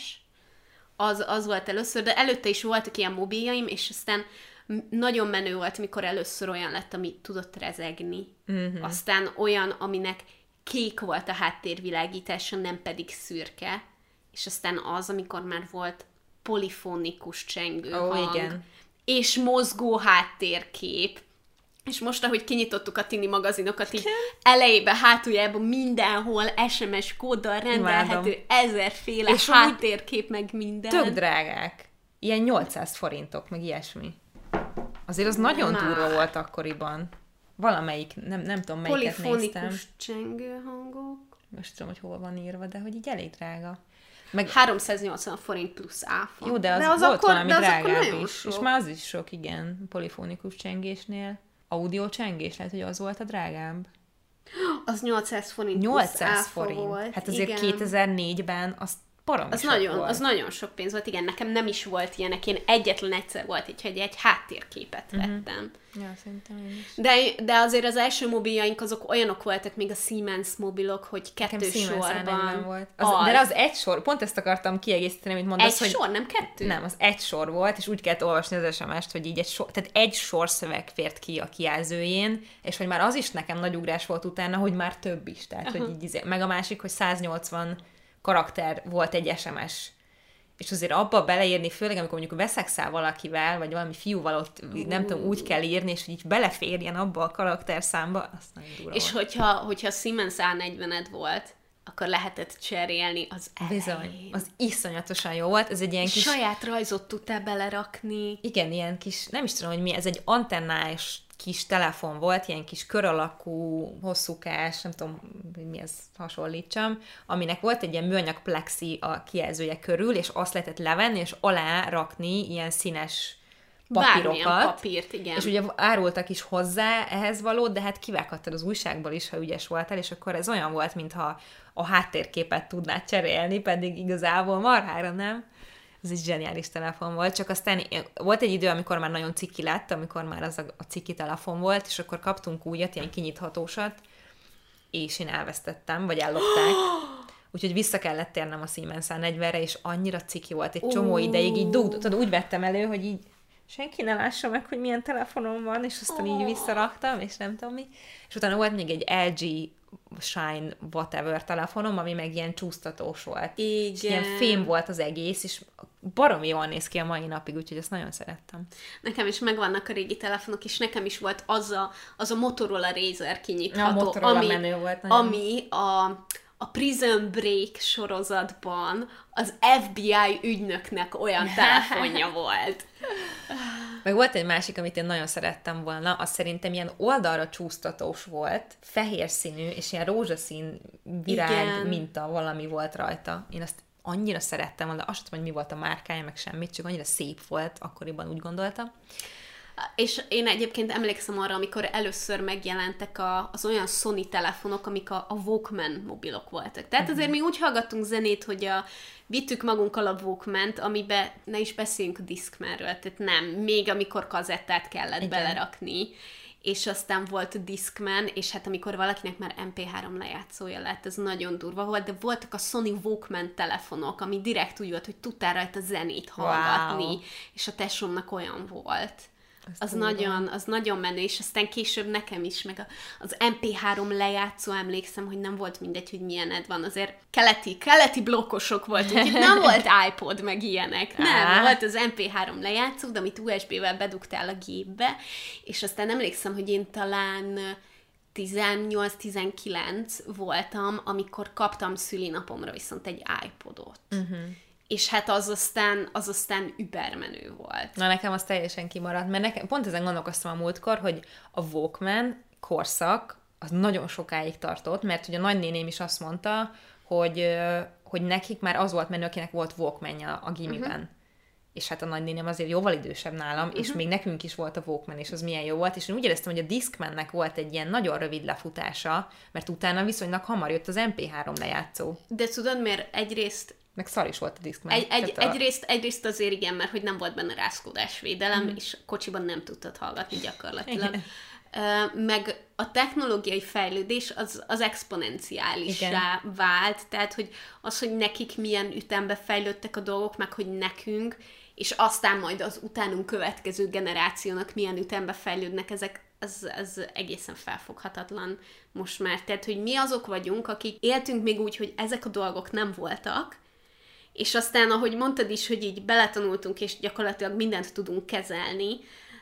az volt először, de előtte is voltak ilyen mobiljaim, és aztán nagyon menő volt, mikor először olyan lett, ami tudott rezegni. Aztán olyan, aminek kék volt a háttérvilágítása, nem pedig szürke. És aztán az, amikor már volt polifonikus csengőhang, igen. És mozgó háttérkép. És most, ahogy kinyitottuk a tini magazinokat, így elejébe, hátuljában mindenhol SMS kóddal rendelhető, 1000-féle és háttérkép, meg minden. Tök drágák. Ilyen 800 forintok, meg ilyesmi. Azért az nagyon durva volt akkoriban. Valamelyik, nem tudom, melyiket néztem. Polifonikus csengőhangok. Most tudom, hogy hol van írva, de hogy így elég drága. Meg 380 forint plusz áfa. Jó, de az volt akkor, valami drágább is. Sok. És már az is sok, igen, polifonikus csengésnél. Audio csengés, lehet, hogy az volt a drágább. Az 800 forint 800 forint. Volt. Hát azért igen. 2004-ben az baromi volt. Az nagyon sok pénz volt, igen. Nekem nem is volt ilyenek. Én egyetlen egyszer volt így, hogy egy háttérképet vettem. Ja, szerintem én is. De azért az első mobiljaink azok olyanok voltak, még a Siemens mobilok, hogy kettős sorban. Volt. De az egy sor, pont ezt akartam kiegészíteni, amit mondasz, egy sor, nem kettő? Nem, az egy sor volt, és úgy kellett olvasni az SMS-t, hogy így tehát egy sorszöveg fért ki a kijelzőjén, és hogy már az is nekem nagy ugrás volt utána, hogy már több is. Tehát, hogy így, meg a másik, hogy 180 karakter volt egy SMS. És azért abba beleírni, főleg amikor mondjuk veszekszel valakivel, vagy valami fiúval ott, nem tudom, úgy kell írni, és hogy így beleférjen abba a karakterszámba, azt nagyon durva és volt. hogyha Siemens A40-ed volt, akkor lehetett cserélni az elején. Bizony, az iszonyatosan jó volt. Ez egy ilyen kis... Saját rajzot tudtál belerakni. Igen, ilyen kis, nem is tudom, hogy mi, ez egy antennás kis telefon volt, ilyen kis kör alakú, hosszúkás, nem tudom, mi ez hasonlítsam, aminek volt egy ilyen műanyag plexi a kijelzője körül, és azt lehetett levenni, és alá rakni ilyen színes papírokat. Bármilyen papírt, igen. És ugye árultak is hozzá ehhez valót, de hát kivághattad az újságból is, ha ügyes voltál, és akkor ez olyan volt, mintha a háttérképet tudnád cserélni, pedig igazából marhára nem. Ez egy zseniális telefon volt, csak aztán volt egy idő, amikor már nagyon ciki lett, amikor már az a ciki telefon volt, és akkor kaptunk újat, ilyen kinyithatósat, és én elvesztettem, vagy ellopták. Úgyhogy vissza kellett térnem a Siemens A40-re, és annyira ciki volt, egy csomó ideig így úgy vettem elő, hogy így senki ne lássa meg, hogy milyen telefonom van, és aztán így visszaraktam, és nem tudom mi. És utána volt még egy LG Shine whatever telefonom, ami meg ilyen csúsztatós volt. Igen. És ilyen fém volt az egész, és baromi jól néz ki a mai napig, úgyhogy ezt nagyon szerettem. Nekem is megvannak a régi telefonok, és nekem is volt az a Motorola Razr kinyitható, a Motorola menő volt nagyon. Ami a Prison Break sorozatban az FBI ügynöknek olyan telefonja volt. Meg volt egy másik, amit én nagyon szerettem volna, az szerintem ilyen oldalra csúsztatós volt, fehér színű, és ilyen rózsaszín virág minta valami volt rajta. Én azt annyira szerettem volna, azt tudom, hogy mi volt a márkája, meg semmit, csak annyira szép volt, akkoriban úgy gondoltam. És én egyébként emlékszem arra, amikor először megjelentek az olyan Sony telefonok, amik a Walkman mobilok voltak. Tehát azért mi úgy hallgattunk zenét, hogy vittük magunkkal a Walkmant, amiben ne is beszéljünk a Discmanről, tehát nem, még amikor kazettát kellett belerakni, és aztán volt a Discman, és hát amikor valakinek már MP3 lejátszója lett, ez nagyon durva volt, de voltak a Sony Walkman telefonok, ami direkt úgy volt, hogy tudtál rajta zenét hallgatni, és a tesómnak olyan volt. Az nagyon menő, és aztán később nekem is, meg az MP3 lejátszó, emlékszem, hogy nem volt mindegy, hogy milyened van. Azért keleti blokkosok voltunk, itt nem volt iPod, meg ilyenek. Nem, volt az MP3 lejátszó, de amit USB-vel bedugtál a gépbe, és aztán emlékszem, hogy én talán 18-19 voltam, amikor kaptam szülinapomra viszont egy iPodot. És hát az aztán übermenő volt. Na, nekem az teljesen kimaradt, mert nekem, pont ezen gondolkoztam a múltkor, hogy a Walkman korszak az nagyon sokáig tartott, mert ugye a nagynéném is azt mondta, hogy nekik már az volt menő, akinek volt Walkmanja a gimiben. És hát a nagynéném azért jóval idősebb nálam, és még nekünk is volt a Walkman, és az milyen jó volt, és én úgy éreztem, hogy a Discmannek volt egy ilyen nagyon rövid lefutása, mert utána viszonylag hamar jött az MP3 lejátszó. De tudod miért? Egyrészt meg szar is volt a Discman. Egyrészt azért igen, mert hogy nem volt benne rázkódásvédelem, és a kocsiban nem tudtad hallgatni gyakorlatilag. Meg a technológiai fejlődés az exponenciálissá vált, tehát hogy az, hogy nekik milyen ütembe fejlődtek a dolgok, meg hogy nekünk, és aztán majd az utánunk következő generációnak milyen ütembe fejlődnek ezek, az egészen felfoghatatlan most már. Tehát, hogy mi azok vagyunk, akik éltünk még úgy, hogy ezek a dolgok nem voltak, és aztán, ahogy mondtad is, hogy így beletanultunk, és gyakorlatilag mindent tudunk kezelni,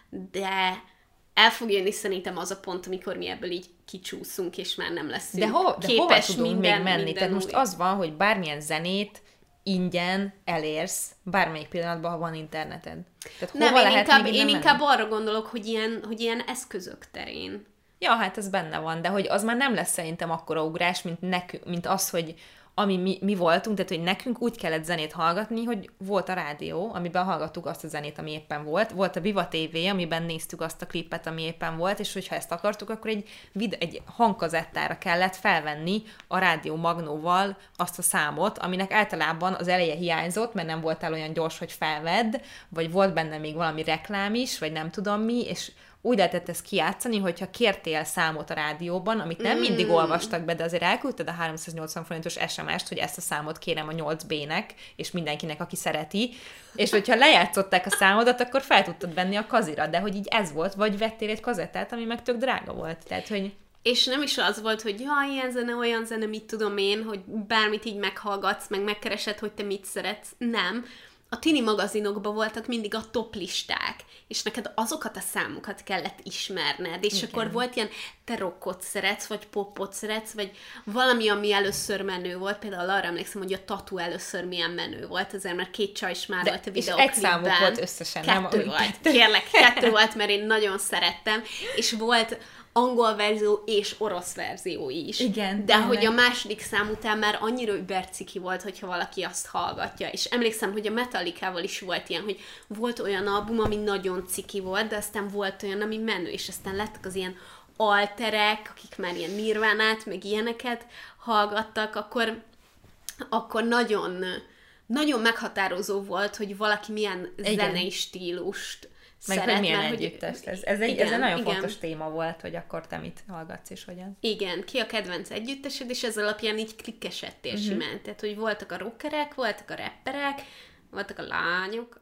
de el fog jönni szerintem az a pont, amikor mi ebből így kicsúszunk, és már nem leszünk de hova tudunk még menni? Tehát most az van, hogy bármilyen zenét ingyen elérsz, bármelyik pillanatban, ha van interneted. Tehát nem, én inkább arra gondolok, hogy ilyen eszközök terén. Ja, hát ez benne van, de hogy az már nem lesz szerintem akkora ugrás, mint az, hogy ami mi voltunk, tehát hogy nekünk úgy kellett zenét hallgatni, hogy volt a rádió, amiben hallgattuk azt a zenét, ami éppen volt. Volt a Viva TV, amiben néztük azt a klipet, ami éppen volt, és hogyha ezt akartuk, akkor egy hangkazettára kellett felvenni a rádió magnóval azt a számot, aminek általában az eleje hiányzott, mert nem voltál olyan gyors, hogy felvedd, vagy volt benne még valami reklám is, vagy nem tudom mi, és úgy lehetett ezt kijátszani, hogyha kértél számot a rádióban, amit nem mindig olvastak be, de azért elküldted a 380 forintos SMS-t, hogy ezt a számot kérem a 8B-nek, és mindenkinek, aki szereti, és hogyha lejátszották a számodat, akkor fel tudtad venni a kazira, de hogy így ez volt, vagy vettél egy kazettát, ami meg tök drága volt. Tehát, hogy... És nem is az volt, hogy ja, ilyen zene, olyan zene, mit tudom én, hogy bármit így meghallgatsz, meg megkeresed, hogy te mit szeretsz. Nem. A tini magazinokban voltak mindig a top listák, és neked azokat a számokat kellett ismerned, és igen. Akkor volt ilyen, te rockot szeretsz, vagy popot szeretsz, vagy valami, ami először menő volt, például arra emlékszem, hogy a Tatu először milyen menő volt, azért mert 2 csaj is már volt a videóklipben. És egy számuk volt összesen. 2 volt, kérlek, 2 volt, mert én nagyon szerettem, és volt angol verzió és orosz verzió is. Igen. De hogy a második szám után már annyira überciki volt, hogyha valaki azt hallgatja. És emlékszem, hogy a Metallicával is volt ilyen, hogy volt olyan album, ami nagyon ciki volt, de aztán volt olyan, ami menő, és aztán lettek az ilyen alterek, akik már ilyen Nirvánát, meg ilyeneket hallgattak, akkor nagyon, nagyon meghatározó volt, hogy valaki milyen zenei stílust meg szeret, hogy milyen mert, együttes ez. Ez egy nagyon fontos téma volt, hogy akkor te mit hallgatsz és hogyan. Igen, ki a kedvenc együttesed, és ez alapján így klikkesedtél simán. Tehát, hogy voltak a rockerek, voltak a rapperek, voltak a lányok.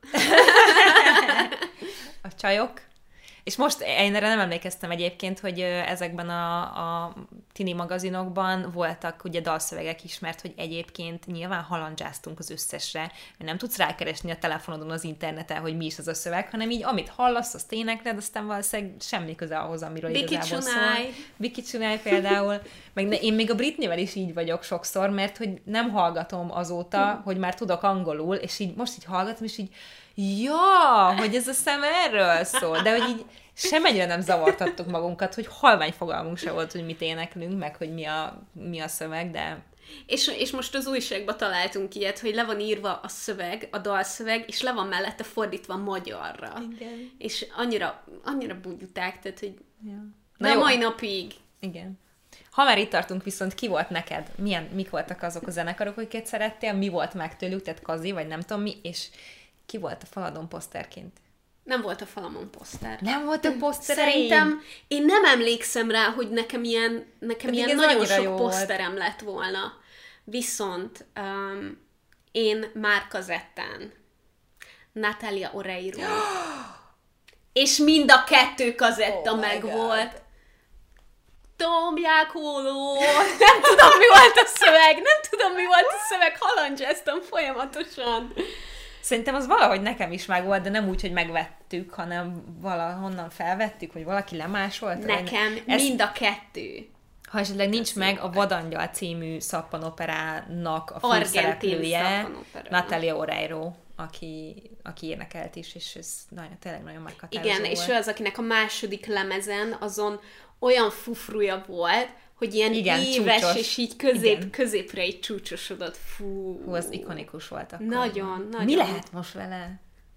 A csajok. És most én erre nem emlékeztem egyébként, hogy ezekben a tini magazinokban voltak ugye dalszövegek is, mert hogy egyébként nyilván halandzsáztunk az összesre, mert nem tudsz rákeresni a telefonodon az interneten, hogy mi is az a szöveg, hanem így amit hallasz, azt énekled, aztán valószínűleg semmi köze ahhoz, amiről igazából szól. Biki Csunáj például. Meg én még a Britneyvel is így vagyok sokszor, mert hogy nem hallgatom azóta, hogy már tudok angolul, és így most így hallgatom, és így ja, hogy ez a szem erről szól, de hogy így semennyire nem zavartattuk magunkat, hogy halvány fogalmunk se volt, hogy mit éneklünk, meg hogy mi a szöveg, de... És most az újságban találtunk ilyet, hogy le van írva a szöveg, a dalszöveg, és le van mellette fordítva magyarra. Igen. És annyira bugyuták, tehát, hogy Ja. de mai napig. Igen. Ha már itt tartunk, viszont ki volt neked? Mik voltak azok a zenekarok, akiket szerettél? Mi volt meg tőlük? Tehát Kazi, vagy nem tudom mi, és ki volt a faladon poszterként? Nem volt a falamon poszter. Nem volt a posztereid? Szerintem én nem emlékszem rá, hogy nekem ilyen nagyon sok poszterem lett volna. Viszont én már kazettán Natalia Oreiro. És mind a 2 kazetta megvolt. Tombják hóló! Nem tudom, mi volt a szöveg, halandzsáztam folyamatosan. Szerintem az valahogy nekem is megvolt, de nem úgy, hogy megvettük, hanem valahonnan felvettük, hogy valaki lemásolt. Nekem mind a 2. Ha esetleg nincs meg, a Vadangyal című szappanoperának a főszereplője, Natalia Oreiro, aki énekelt is, és ez tényleg nagyon meghatározó igen, volt. és ő az, akinek a második lemezen azon olyan fufruja volt, hogy ilyen éves, csúcsos. És így középre így csúcsosodott. Fú, az ikonikus volt akkor. Nagyon. Mi lehet most vele?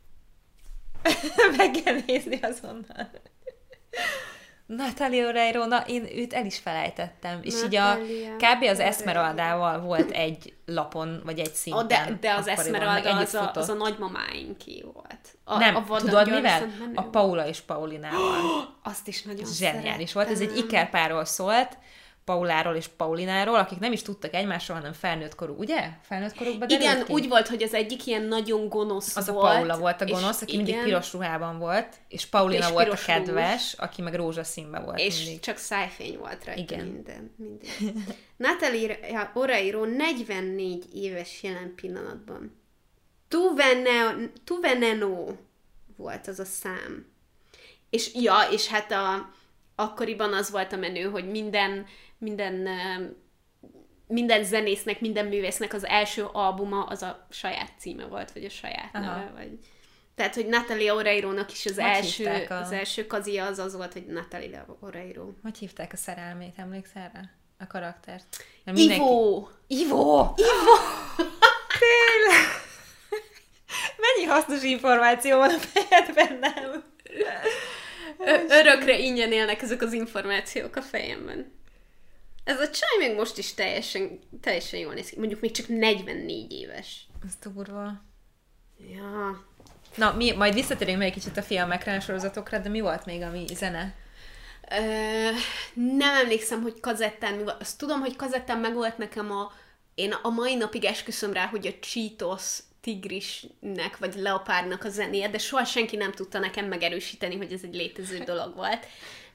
Meg kell nézni azonnal. Natalia Oreiro, én őt el is felejtettem. És így kb. Az Esmeraldával volt egy lapon, vagy egy szinten. De az Esmeralda az a nagymamáinké volt. Nem, tudod mivel? A Paula és Paulinával. Azt is nagyon zseniális volt. Ez egy ikerpárról szólt, Pauláról és Paulináról, akik nem is tudtak egymásról, hanem felnőtt korú, ugye? Felnőtt korukban derült igen, ki? úgy volt, hogy az egyik ilyen nagyon gonosz az volt. Az a Paula volt a gonosz, aki mindig piros ruhában volt, és Paulina volt a kedves, aki meg rózsaszínben volt és mindig. csak szájfény volt rajta. Igen. Minden. Natalia Oreiro 44 éves jelen pillanatban. Tu veneno volt az a szám. És hát akkoriban az volt a menő, hogy minden zenésznek, minden művésznek az első albuma az a saját címe volt, vagy a saját neve. Vagy... Tehát, hogy Natalia Oreirónak is az első kazia az volt, hogy Natalia Oreiro. Hogy hívták a szerelmét, emlékszel rá? A karaktert? Ivo! Tényleg! Mennyi hasznos információ van a fejedben, nem? Örökre ingyen élnek ezek az információk a fejemben. Ez a csaj még most is teljesen jól néz ki. Mondjuk még csak 44 éves. Ez durva. Ja. Na, majd visszatérünk még kicsit a filmekre, a sorozatokra, de mi volt még, ami zene? Nem emlékszem, hogy kazettán mi volt. Azt tudom, hogy kazettán megvolt nekem én a mai napig esküszöm rá, hogy a Cheetos tigrisnek, vagy leopárnak a zenéje, de soha senki nem tudta nekem megerősíteni, hogy ez egy létező dolog volt.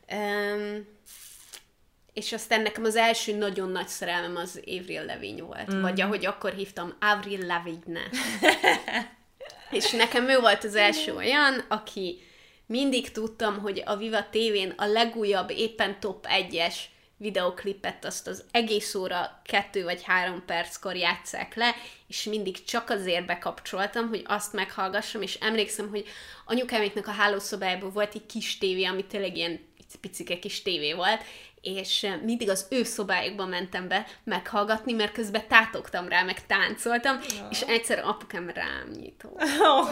És aztán nekem az első nagyon nagy szerelmem az Avril Lavigne volt. Vagy ahogy akkor hívtam, Avril Lavigne. És nekem ő volt az első olyan, aki mindig tudtam, hogy a Viva TV-n a legújabb, éppen top 1-es videoklipet azt az egész óra 2 vagy 3 perckor játsszák le, és mindig csak azért bekapcsoltam, hogy azt meghallgassam, és emlékszem, hogy anyukáméknak a hálószobájában volt egy kis tévé, ami tényleg ilyen picike kis tévé volt, és mindig az ő szobájukba mentem be meghallgatni, mert közben tátogtam rá, meg táncoltam, és egyszer apukám rám nyitott.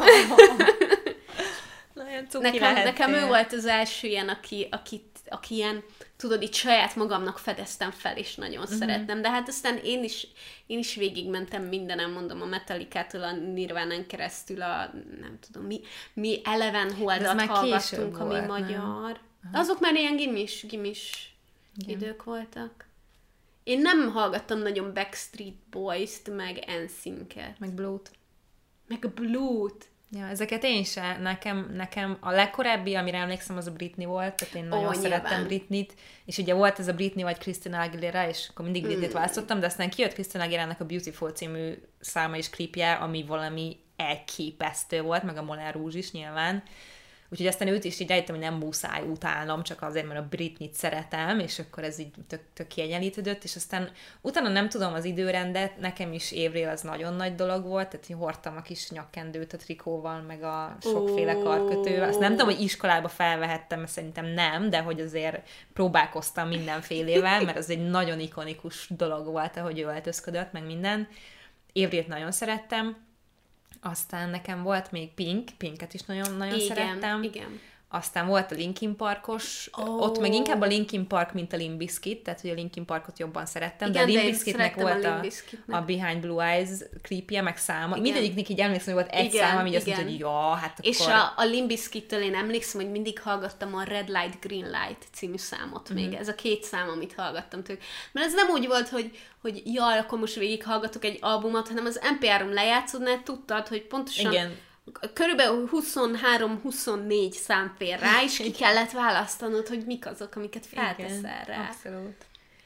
Nekem ő volt az első ilyen, aki ilyen, tudod, itt saját magamnak fedeztem fel, és nagyon szerettem. De hát aztán én is végigmentem mindenem, mondom, a Metallicától a Nirvánán keresztül a, nem tudom, mi Eleven Holdat hallgattunk, ami magyar. Azok már ilyen gimis idők voltak. Én nem hallgattam nagyon Backstreet Boys-t, meg NSYNC-et. Meg Blue-t. Meg Blue-t. Ja, ezeket én se. Nekem a legkorábbi, amire emlékszem, az a Britney volt, tehát én nagyon szerettem Britneyt, és ugye volt ez a Britney vagy Christina Aguilera, és akkor mindig Britneyt választottam, de aztán kijött Christina Aguilerának a Beautiful című száma és klipje, ami valami elképesztő volt, meg a Moulin Rouge is nyilván. Úgyhogy aztán őt is így rájöttem, hogy nem muszáj utálnom, csak azért, mert a Britneyt szeretem, és akkor ez így tök kiegyenlítődött, és aztán utána nem tudom az időrendet, nekem is Avril az nagyon nagy dolog volt, tehát én hordtam a kis nyakkendőt a trikóval, meg a sokféle karkötővel. Azt nem tudom, hogy iskolába felvehettem, mert szerintem nem, de hogy azért próbálkoztam mindenfélével, mert az egy nagyon ikonikus dolog volt, ahogy ő öltözködött, meg minden. Avrilt nagyon szerettem. Aztán nekem volt még Pinket is nagyon szerettem. Igen. Aztán volt a Linkin Parkos, ott meg inkább a Linkin Park, mint a Limp Bizkit, tehát hogy a Linkin Parkot jobban szerettem, igen, de a Limp Bizkitnek volt a Behind Blue Eyes klipje, meg száma. Igen. Mindegyiknek így emlékszem, hogy volt egy szám, ami azt mondta, hogy ja, hát akkor... És a Limp Bizkittől én emlékszem, hogy mindig hallgattam a Red Light, Green Light című számot még. Ez a 2 szám, amit hallgattam tőlük. Mert ez nem úgy volt, hogy jaj, akkor most végig hallgatok egy albumot, hanem az MP3 lejátszódnál tudtad, hogy pontosan... Igen. Körülbelül 23-24 szám fér rá, és ki kellett választanod, hogy mik azok, amiket felteszel rá. Abszolút.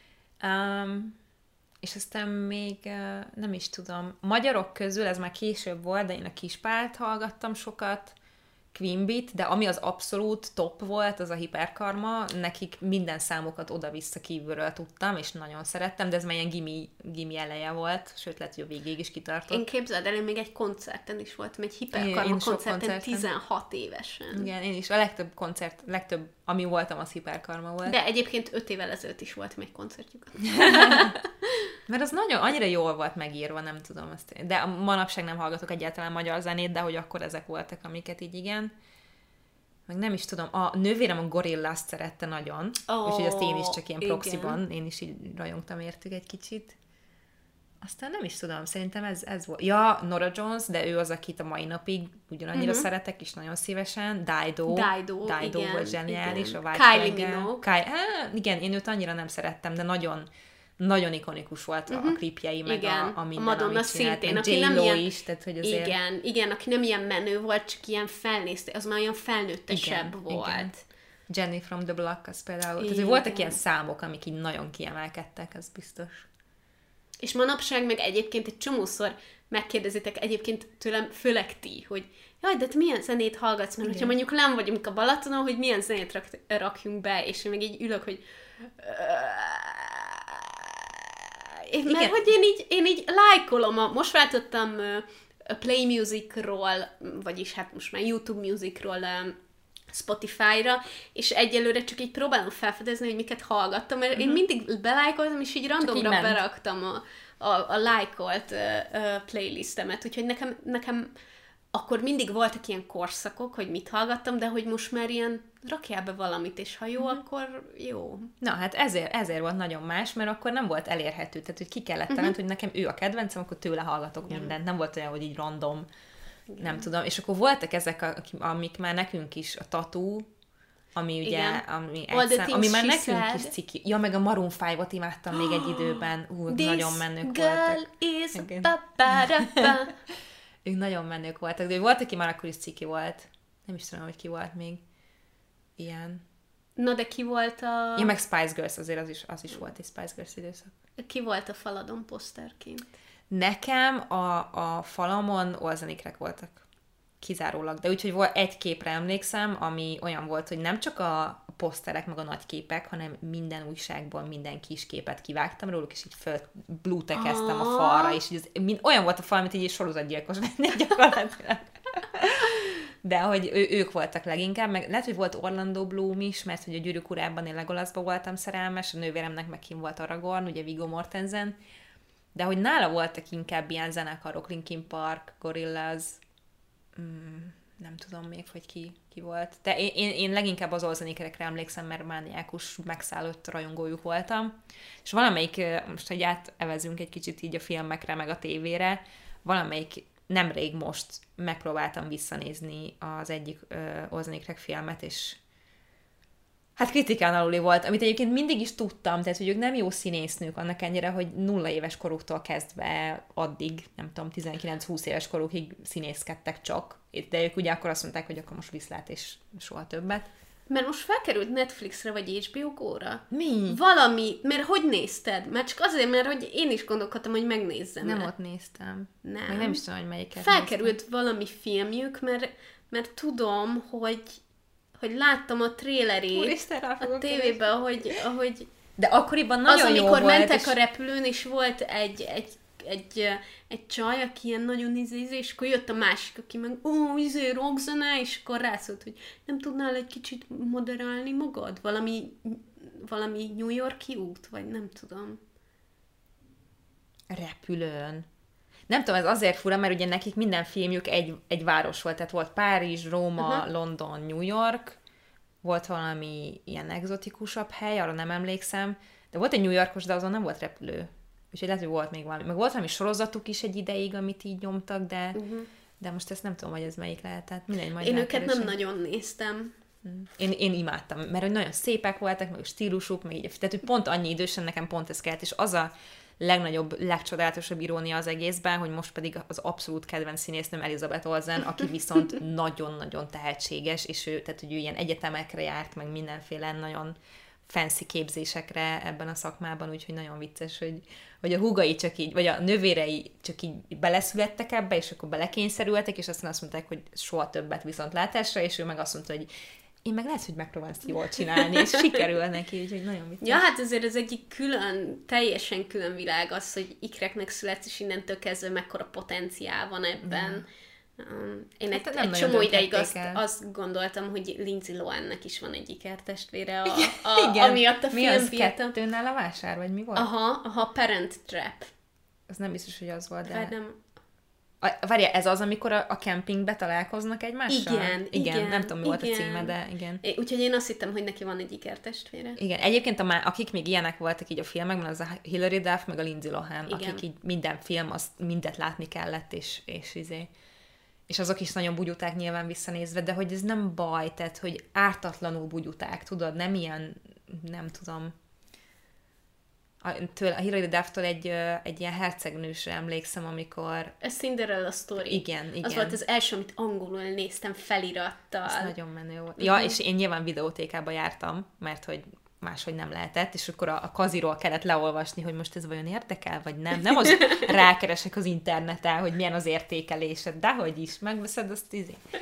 És aztán még nem is tudom, magyarok közül, ez már később volt, de én a Kispált hallgattam sokat, Queen Beat, de ami az abszolút top volt, az a Hiperkarma, nekik minden számokat oda-vissza kívülről tudtam, és nagyon szerettem, de ez már ilyen gimi eleje volt, sőt lehet, hogy a végéig is kitartott. Én képzeld el, én még egy koncerten is voltam, egy Hiperkarma koncerten 16 évesen. Igen, én is. A legtöbb, ami voltam, az Hiperkarma volt. De egyébként 5 évvel ezelőtt is voltam egy koncertjük. Mert az annyira jól volt megírva, nem tudom azt. De manapság nem hallgatok egyáltalán magyar zenét, de hogy akkor ezek voltak, amiket így igen. Meg nem is tudom, a nővérem a Gorillaz szerette nagyon, úgyhogy azt én is csak ilyen proxiban, én is így rajongtam értük egy kicsit. Aztán nem is tudom, szerintem ez volt. Ja, Norah Jones, de ő az, akit a mai napig ugyanannyira szeretek, és nagyon szívesen. Dido igen, volt zseniális. Igen. Kylie Minogue. Igen, én őt annyira nem szerettem, de nagyon nagyon ikonikus volt a klipjei, meg a minden, Madonna amit szintén, aki nem ilyen... is, tehát hogy azért... Igen, aki nem ilyen menő volt, csak ilyen felnézte, az már olyan felnőttesebb volt. Igen. Jenny from the Block, az például. Tehát, hogy voltak ilyen számok, amik így nagyon kiemelkedtek, az biztos. És manapság meg egyébként egy csomószor megkérdezitek egyébként tőlem, főleg ti, hogy jaj, de te milyen zenét hallgatsz? Mert hogyha mondjuk nem vagyunk a Balatonon, hogy milyen zenét rakjunk be, és én meg így ülök, hogy mert hogy én így lájkolom, most váltottam a Play Musicról, vagyis hát most már YouTube Musicról Spotify-ra, és egyelőre csak így próbálom felfedezni, hogy miket hallgattam, mert én mindig belájkoltam, és így randomra beraktam a lájkolt playlistemet, úgyhogy nekem akkor mindig voltak ilyen korszakok, hogy mit hallgattam, de hogy most már ilyen rakjál be valamit, és ha jó, akkor jó. Na, hát ezért volt nagyon más, mert akkor nem volt elérhető, tehát hogy ki kellett tenni, hogy nekem ő a kedvencem, akkor tőle hallgatok mindent. Nem volt olyan, hogy így random, nem tudom. És akkor voltak ezek, amik már nekünk is, a Tattoo, ami ugye, ami már nekünk is ciki. Ja, meg a Maroon 5-ot imádtam még egy időben. Nagyon menők voltak. Ők nagyon menők voltak, de volt, aki már akkor is ciki volt. Nem is tudom, hogy ki volt még ilyen. Na, de ki volt a... Ja, meg Spice Girls, azért az is volt egy Spice Girls időszak. Ki volt a faladon poszterként? Nekem a falamon olzanikrek voltak. Kizárólag. De úgyhogy volt egy képre emlékszem, ami olyan volt, hogy nem csak a poszterek, meg a nagy képek, hanem minden újságból minden kis képet kivágtam róluk, és így blue-tekeztem a falra, és így olyan volt a fal, mint így sorozatgyilkos lennék gyakorlatilag. De hogy ők voltak leginkább, meg lehet, hogy volt Orlando Bloom is, mert hogy a Gyűrűk urában én Legolaszba voltam szerelmes, a nővéremnek meg kim volt Aragorn, ugye Viggo Mortensen, de hogy nála voltak inkább ilyen zenekarok, Linkin Park, Gorillaz, nem tudom még, hogy ki volt. De én leginkább az olzanikrekre emlékszem, mert mániákus, megszállott rajongójuk voltam. És valamelyik, most hogy átevezünk egy kicsit így a filmekre, meg a tévére, valamelyik nemrég most megpróbáltam visszanézni az egyik olzanikrek filmet, és Hát kritikán aluli volt, amit egyébként mindig is tudtam, tehát hogy ők nem jó színésznők, annak ennyire, hogy 0 éves koruktól kezdve addig, nem tudom, 19-20 éves korukig színészkedtek csak, de ők ugye akkor azt mondták, hogy akkor most viszlát és soha többet. Mert most felkerült Netflixre, vagy HBO Go-ra? Mi? Valami, mert hogy nézted? Mert csak azért, mert hogy én is gondolkodtam, hogy megnézzem. Nem ott néztem. Nem. Meg nem is tudom, hogy melyiket Felkerült néztem. valami filmjük, mert tudom, hogy láttam a trélerét Úristen, rá a fogok tévében, ahogy De akkoriban az, nagyon jó amikor volt. mentek és... a repülőn, és volt egy csaj, aki ilyen nagyon és akkor jött a másik, aki meg rockzene, és akkor rászólt, hogy nem tudnál egy kicsit moderálni magad? Valami New York-i út, vagy nem tudom. Repülőn. Nem tudom, ez azért fura, mert ugye nekik minden filmjük egy város volt, tehát volt Párizs, Róma, London, New York, volt valami ilyen egzotikusabb hely, arra nem emlékszem, de volt egy New Yorkos, de azon nem volt repülő. Úgyhogy lehet, hogy volt még valami. Meg volt valami sorozatuk is egy ideig, amit így nyomtak, de most ezt nem tudom, hogy ez melyik lehet. Tehát mindegy, majd én őket rákeresem. nem nagyon néztem. Én imádtam, mert hogy nagyon szépek voltak, meg a stílusuk, meg így, tehát hogy pont annyi idősen nekem pont ez kellett, és az a legnagyobb, legcsodálatosabb irónia az egészben, hogy most pedig az abszolút kedvenc színésznőm Elizabeth Olsen, aki viszont nagyon-nagyon tehetséges, és ő, tehát hogy ő ilyen egyetemekre járt, meg mindenféle nagyon fancy képzésekre ebben a szakmában, úgyhogy nagyon vicces, hogy a húgai csak így, vagy a nővérei csak így beleszülettek ebbe, és akkor belekényszerültek, és aztán azt mondták, hogy soha többet viszontlátásra, és ő meg azt mondta, hogy én meg lehet, hogy megpróbálom ezt jól csinálni, és sikerül neki, úgyhogy nagyon vicces. Ja, hát azért ez egyik teljesen külön világ az, hogy ikreknek születsz, és innentől kezdve mekkora potenciál van ebben. Én Hát egy csomó ideig azt gondoltam, hogy Lindsay Lohannek is van egy ikertestvére, Igen. amiatt a mi az, filmpiaton. 2-nál a vásár, vagy mi volt? Aha, Parent Trap. Az nem biztos, hogy az volt, de... Vagy nem. Várja, ez az, amikor a kempingbe találkoznak egymással? Igen. Nem tudom, mi volt a címe, de igen. Úgyhogy én azt hittem, hogy neki van egy ikertestvére. Igen, egyébként akik még ilyenek voltak így a filmekben, az a Hilary Duff, meg a Lindsay Lohan, Igen. akik így minden film, azt mindet látni kellett, és azok is nagyon bugyuták nyilván visszanézve, de hogy ez nem baj, tehát hogy ártatlanul bugyuták, tudod, nem ilyen, nem tudom. A Hilary Duff-tól egy ilyen hercegnősre emlékszem, amikor... A Cinderella Story. Igen. Az volt az első, amit angolul néztem felirattal. Ez nagyon menő volt. Ja, és én nyilván videótékába jártam, mert hogy máshogy nem lehetett, és akkor a kaziról kellett leolvasni, hogy most ez vajon érdekel, vagy nem. Nem az rákeresek az interneten, hogy milyen az értékelésed, dehogy is, megveszed azt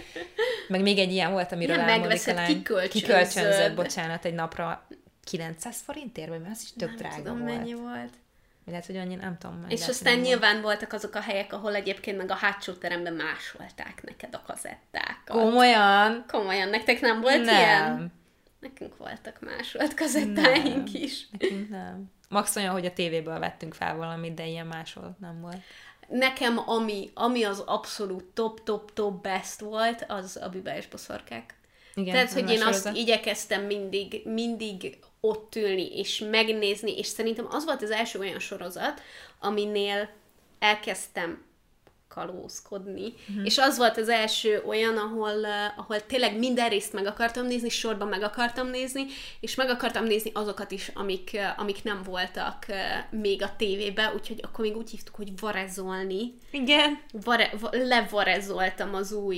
Meg még egy ilyen volt, amiről megveszed, kikölcsönzött, bocsánat, egy napra 900 forintért, vagy az is tök drága tudom, volt. mennyi volt. Lehet, hogy annyi, nem tudom. És aztán nyilván voltak azok a helyek, ahol egyébként meg a hátsó teremben másolták neked a kazettákat. Komolyan? Komolyan, nektek nem volt ilyen? Nekünk voltak másolt kazettáink is. Nekünk nem. Max olyan, hogy a tévéből vettünk fel valamit, de ilyen másolt nem volt. Nekem ami az abszolút top best volt, az a Biba és Boszorkák. Igen, tehát, hogy én azt sorozat. igyekeztem mindig ott ülni, és megnézni, és szerintem az volt az első olyan sorozat, aminél elkezdtem kalózkodni, és az volt az első olyan, ahol tényleg minden részt meg akartam nézni, sorban meg akartam nézni, és meg akartam nézni azokat is, amik nem voltak még a tévében, úgyhogy akkor még úgy hívtuk, hogy varezolni. Igen. Levarezoltam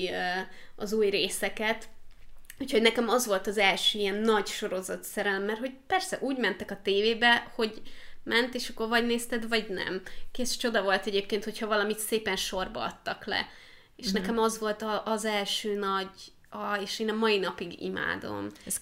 az új részeket, úgyhogy nekem az volt az első ilyen nagy sorozat szerelem, mert hogy persze úgy mentek a tévébe, hogy ment, és akkor vagy nézted, vagy nem. Kész csoda volt egyébként, hogyha valamit szépen sorba adtak le. És nekem az volt az első nagy, és én a mai napig imádom. Ez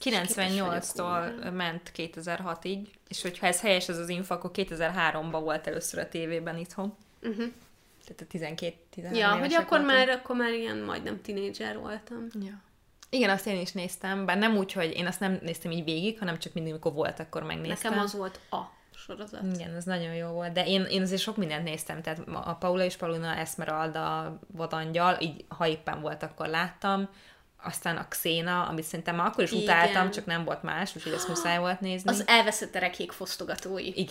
98-tól ment 2006-ig, és hogyha ez helyes ez az info, akkor 2003-ban volt először a tévében itthon. Tehát a 12-13 Ja, hogy akkor már ilyen majdnem tinédzser voltam. Ja. Igen, azt én is néztem, bár nem úgy, hogy én azt nem néztem így végig, hanem csak mindig, amikor volt, akkor megnéztem. Nekem az volt a sorozat. Igen, ez nagyon jó volt, de én azért sok mindent néztem, tehát a Paula és Paulina, Esmeralda, Vadangyal, így ha éppen volt, akkor láttam, aztán a Xena, amit szerintem már akkor is utáltam, csak nem volt más, úgyhogy ezt muszáj volt nézni. Az elveszett erekék fosztogatói. Igen,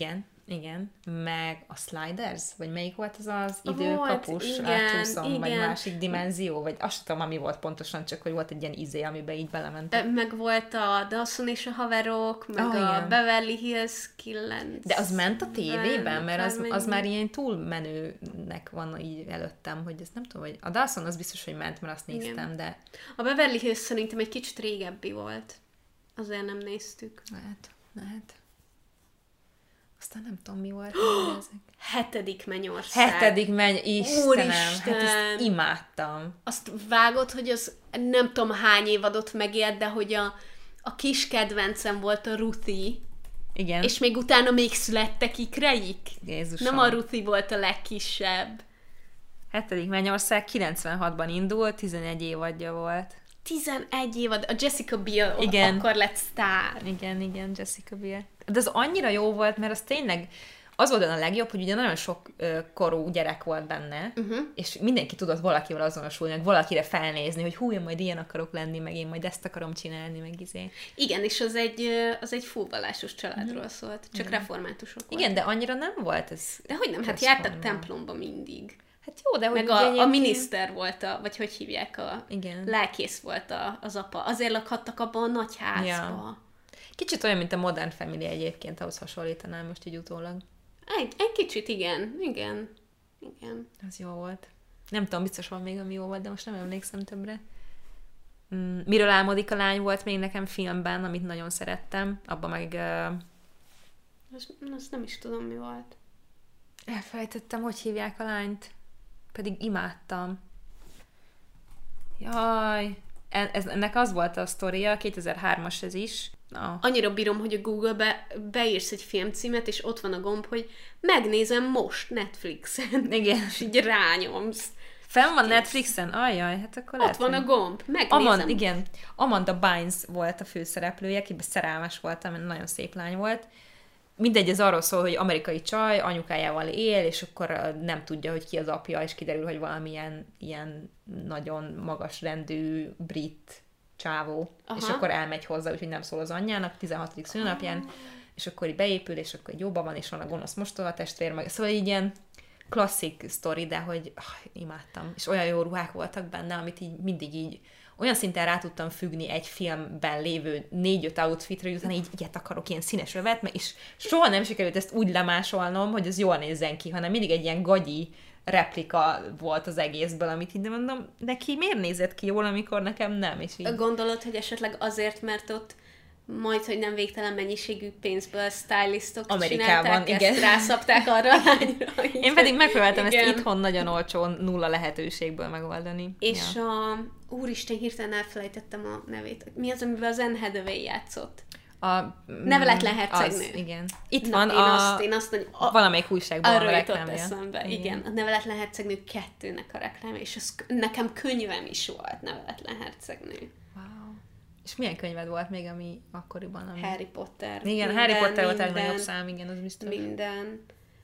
Igen, meg a Sliders, vagy melyik volt az időkapus, átúszom, vagy másik dimenzió, vagy azt tudom, ami volt pontosan, csak hogy volt egy ilyen izé, amiben így belementek. Meg volt a Dawson és a haverok, meg a Beverly Hills 9. De az ment a tévében, mert az már ilyen túlmenőnek van így előttem, hogy ezt nem tudom, hogy a Dawson az biztos, hogy ment, mert azt néztem, de... A Beverly Hills szerintem egy kicsit régebbi volt. Azért nem néztük. Lehet. Aztán nem tudom, mi volt. Hetedik Mennyország. Istenem. Úristen. Hát ezt imádtam. Azt vágod, hogy az nem tudom hány évadot megélt, de hogy a kis kedvencem volt a Ruthie. Igen. És még utána még születtek ikreik. Jézusom. Nem a Ruthie volt a legkisebb. 7. Mennyország 96-ban indult, 11 évadja volt. 11 évad, a Jessica Biel akkor lett sztár. Igen, Jessica Biel. De az annyira jó volt, mert az tényleg az volt a legjobb, hogy ugye nagyon sok korú gyerek volt benne, és mindenki tudott valakivel azonosulni, meg valakire felnézni, hogy hú, én majd ilyen akarok lenni, meg én majd ezt akarom csinálni, meg izé. Igen, és az egy fullvallásos családról szólt, csak reformátusok volt. Igen, de annyira nem volt ez. De hogy nem, hát jártak templomba mindig. Hát jó, de hogy... Meg a miniszter volt, vagy hogy hívják, lelkész volt az apa. Azért lakhattak abban a nagy házba. Ja. Kicsit olyan, mint a Modern Family egyébként, ahhoz hasonlítanám most így utólag. Egy kicsit, igen. Az jó volt. Nem tudom, biztos van még, ami jó volt, de most nem emlékszem többre. Miről álmodik a lány volt még nekem filmben, amit nagyon szerettem. Abban meg... Azt nem is tudom, mi volt. Elfelejtettem, hogy hívják a lányt. Pedig imádtam. Jaj. Ennek az volt a sztoria, 2003-as ez is. Annyira bírom, hogy a Google-be beírsz egy filmcímet, és ott van a gomb, hogy megnézem most Netflixen. Igen. És így rányomsz. Fenn van Netflixen? Ajjaj, hát akkor lehet, ott van a gomb, megnézem. Igen. Amanda Bynes volt a főszereplője, akiben szerelmes voltam, mert nagyon szép lány volt. Mindegy, ez arról szól, hogy amerikai csaj anyukájával él, és akkor nem tudja, hogy ki az apja, és kiderül, hogy valamilyen ilyen nagyon magas rendű brit csávó. Aha. És akkor elmegy hozzá, úgyhogy nem szól az anyjának 16. szülőnapján, és akkor így beépül, és akkor jóban van, és van a gonosz mostohatestvér, meg szóval így ilyen klasszik sztori, de hogy imádtam. És olyan jó ruhák voltak benne, amit így mindig így olyan szinten rá tudtam függni egy filmben lévő 4-5 outfitre, hogy utána így ilyet akarok, ilyen színes övet, és soha nem sikerült ezt úgy lemásolnom, hogy az jól nézzen ki, hanem mindig egy ilyen gagyi replika volt az egészből, amit így mondom, neki miért nézett ki jól, amikor nekem nem? És így... Gondolod, hogy esetleg azért, mert ott majd, hogy nem végtelen mennyiségű pénzből stylistok Amerikában, igen. Ezt rászapták arra a lányra. Én pedig megpróbáltam ezt itthon nagyon olcsón, nulla lehetőségből megoldani. És úristen, hirtelen elfelejtettem a nevét. Mi az, amiben az Anne Hathaway játszott? Neveletlen hercegnő. Az, igen. Itt van valamelyik újságban a reklámja. Eszembe. Igen, a Neveletlen hercegnő 2-nek a reklámja, és az, nekem könyvem is volt Neveletlen hercegnő. Wow. És milyen könyved volt még, ami akkoriban? Ami... Harry Potter. Igen, Harry Potter volt a legnagyobb szám, igen, az biztos. Minden.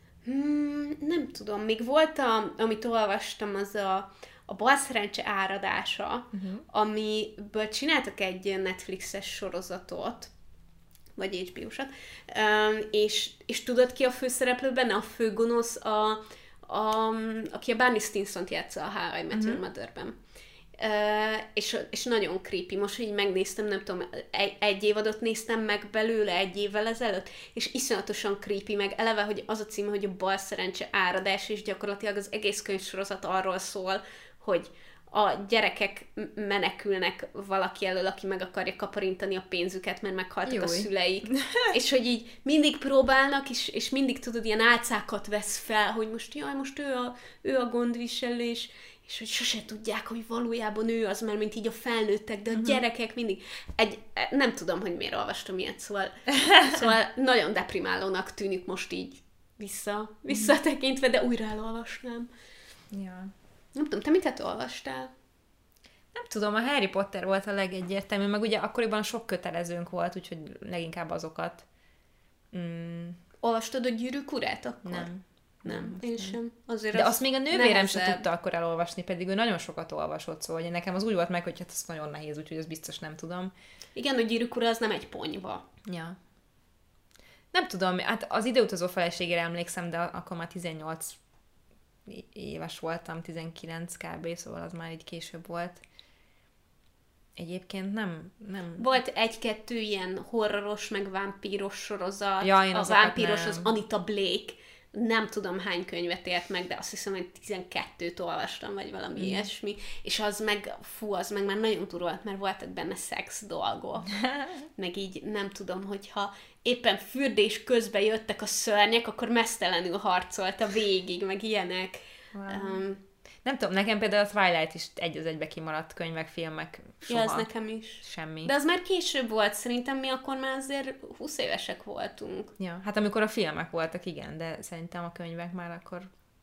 Nem tudom, még volt, amit olvastam, az a Balszerencse áradása, amiből csináltak egy Netflixes sorozatot, vagy HBO-sat, és tudod ki a főszereplő benne? A főgonosz, aki a Barney Stinson-t játsza a How I Met Your Mother-ben. És nagyon creepy. Most így megnéztem, nem tudom, egy évadot néztem meg belőle 1 évvel ezelőtt, és iszonyatosan creepy, meg eleve, hogy az a címe, hogy a Balszerencse áradás, és gyakorlatilag az egész könyvsorozat arról szól, hogy a gyerekek menekülnek valaki elől, aki meg akarja kaparintani a pénzüket, mert meghaltak a szüleik. És hogy így mindig próbálnak, és mindig tudod, ilyen álcákat vesz fel, hogy most ő a gondviselő, és hogy sose tudják, hogy valójában ő az, mert mint így a felnőttek, de a gyerekek mindig... Nem tudom, hogy miért olvastam ilyet, szóval nagyon deprimálónak tűnik most így visszatekintve, de újra elolvasnám. Ja. Nem tudom, te miket olvastál? Nem tudom, a Harry Potter volt a legegyértelműbb, meg ugye akkoriban sok kötelezőnk volt, úgyhogy leginkább azokat. Olvastad a Gyűrűk urát akkor? Nem. Én sem. Azért de azt még a nővérem sem tudta akkor elolvasni, pedig ő nagyon sokat olvasott, szóval nekem az úgy volt meg, hogy hát ez nagyon nehéz, úgyhogy ezt biztos nem tudom. Igen, a Gyűrűk ura az nem egy ponyva. Ja. Nem tudom, hát az Időutazó feleségére emlékszem, de akkor már 18 éves voltam, 19 kb., szóval az már így később volt. Egyébként nem. Volt egy-kettő ilyen horroros, meg vámpíros sorozat. Ja, én a azokat vámpíros nem. az Anita Blake. Nem tudom hány könyvet ért meg, de azt hiszem, hogy 12-t olvastam, vagy valami ilyesmi. És az meg már nagyon durva volt, mert voltak benne szex dolgok. Meg így nem tudom, hogyha éppen fürdés közben jöttek a szörnyek, akkor mesztelenül harcolta végig, meg ilyenek. Wow. Nem tudom, nekem például a Twilight is egy az egybe kimaradt könyvek, filmek, soha. Ja, ez nekem is. Semmi. De az már később volt, szerintem mi akkor már azért 20 évesek voltunk. Ja, hát amikor a filmek voltak, igen, de szerintem a könyvek már akkor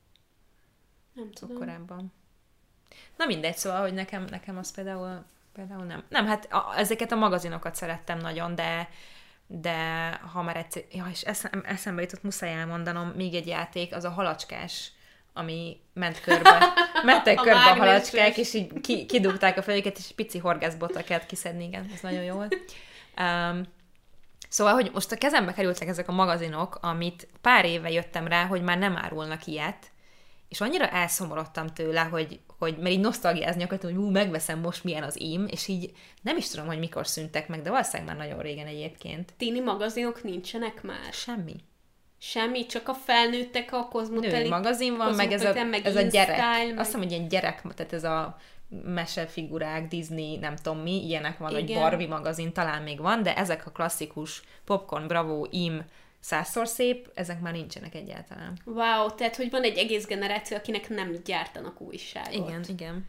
Nem tudom. korábban. Na mindegy, szóval, hogy nekem az például nem. Nem, hát ezeket a magazinokat szerettem nagyon, de ha már egyszer... Ja, és eszembe jutott, muszáj elmondanom, még egy játék, az a halacskás, ami mentek körbe a halacskák, és így kidugták a fejüket, és pici horgászbottal kellett kiszedni, igen, ez nagyon jó volt. Szóval, hogy most a kezembe kerültek ezek a magazinok, amit pár éve jöttem rá, hogy már nem árulnak ilyet, és annyira elszomorodtam tőle, hogy mert így nosztalgiázni akartam, hogy megveszem most milyen az ím, és így nem is tudom, hogy mikor szűntek meg, de valószínűleg már nagyon régen egyébként. Tini magazinok nincsenek már? Semmi, csak a felnőttek, a Cosmopolitan. Női magazin van, meg ez a gyerek. Azt hiszem, hogy ilyen gyerek, tehát ez a mesefigurák, Disney, nem tudom mi, ilyenek van, hogy Barbie magazin talán még van, de ezek a klasszikus Popcorn, Bravo, Im, 100-szor szép, ezek már nincsenek egyáltalán. Wow, tehát, hogy van egy egész generáció, akinek nem gyártanak újságot. Igen.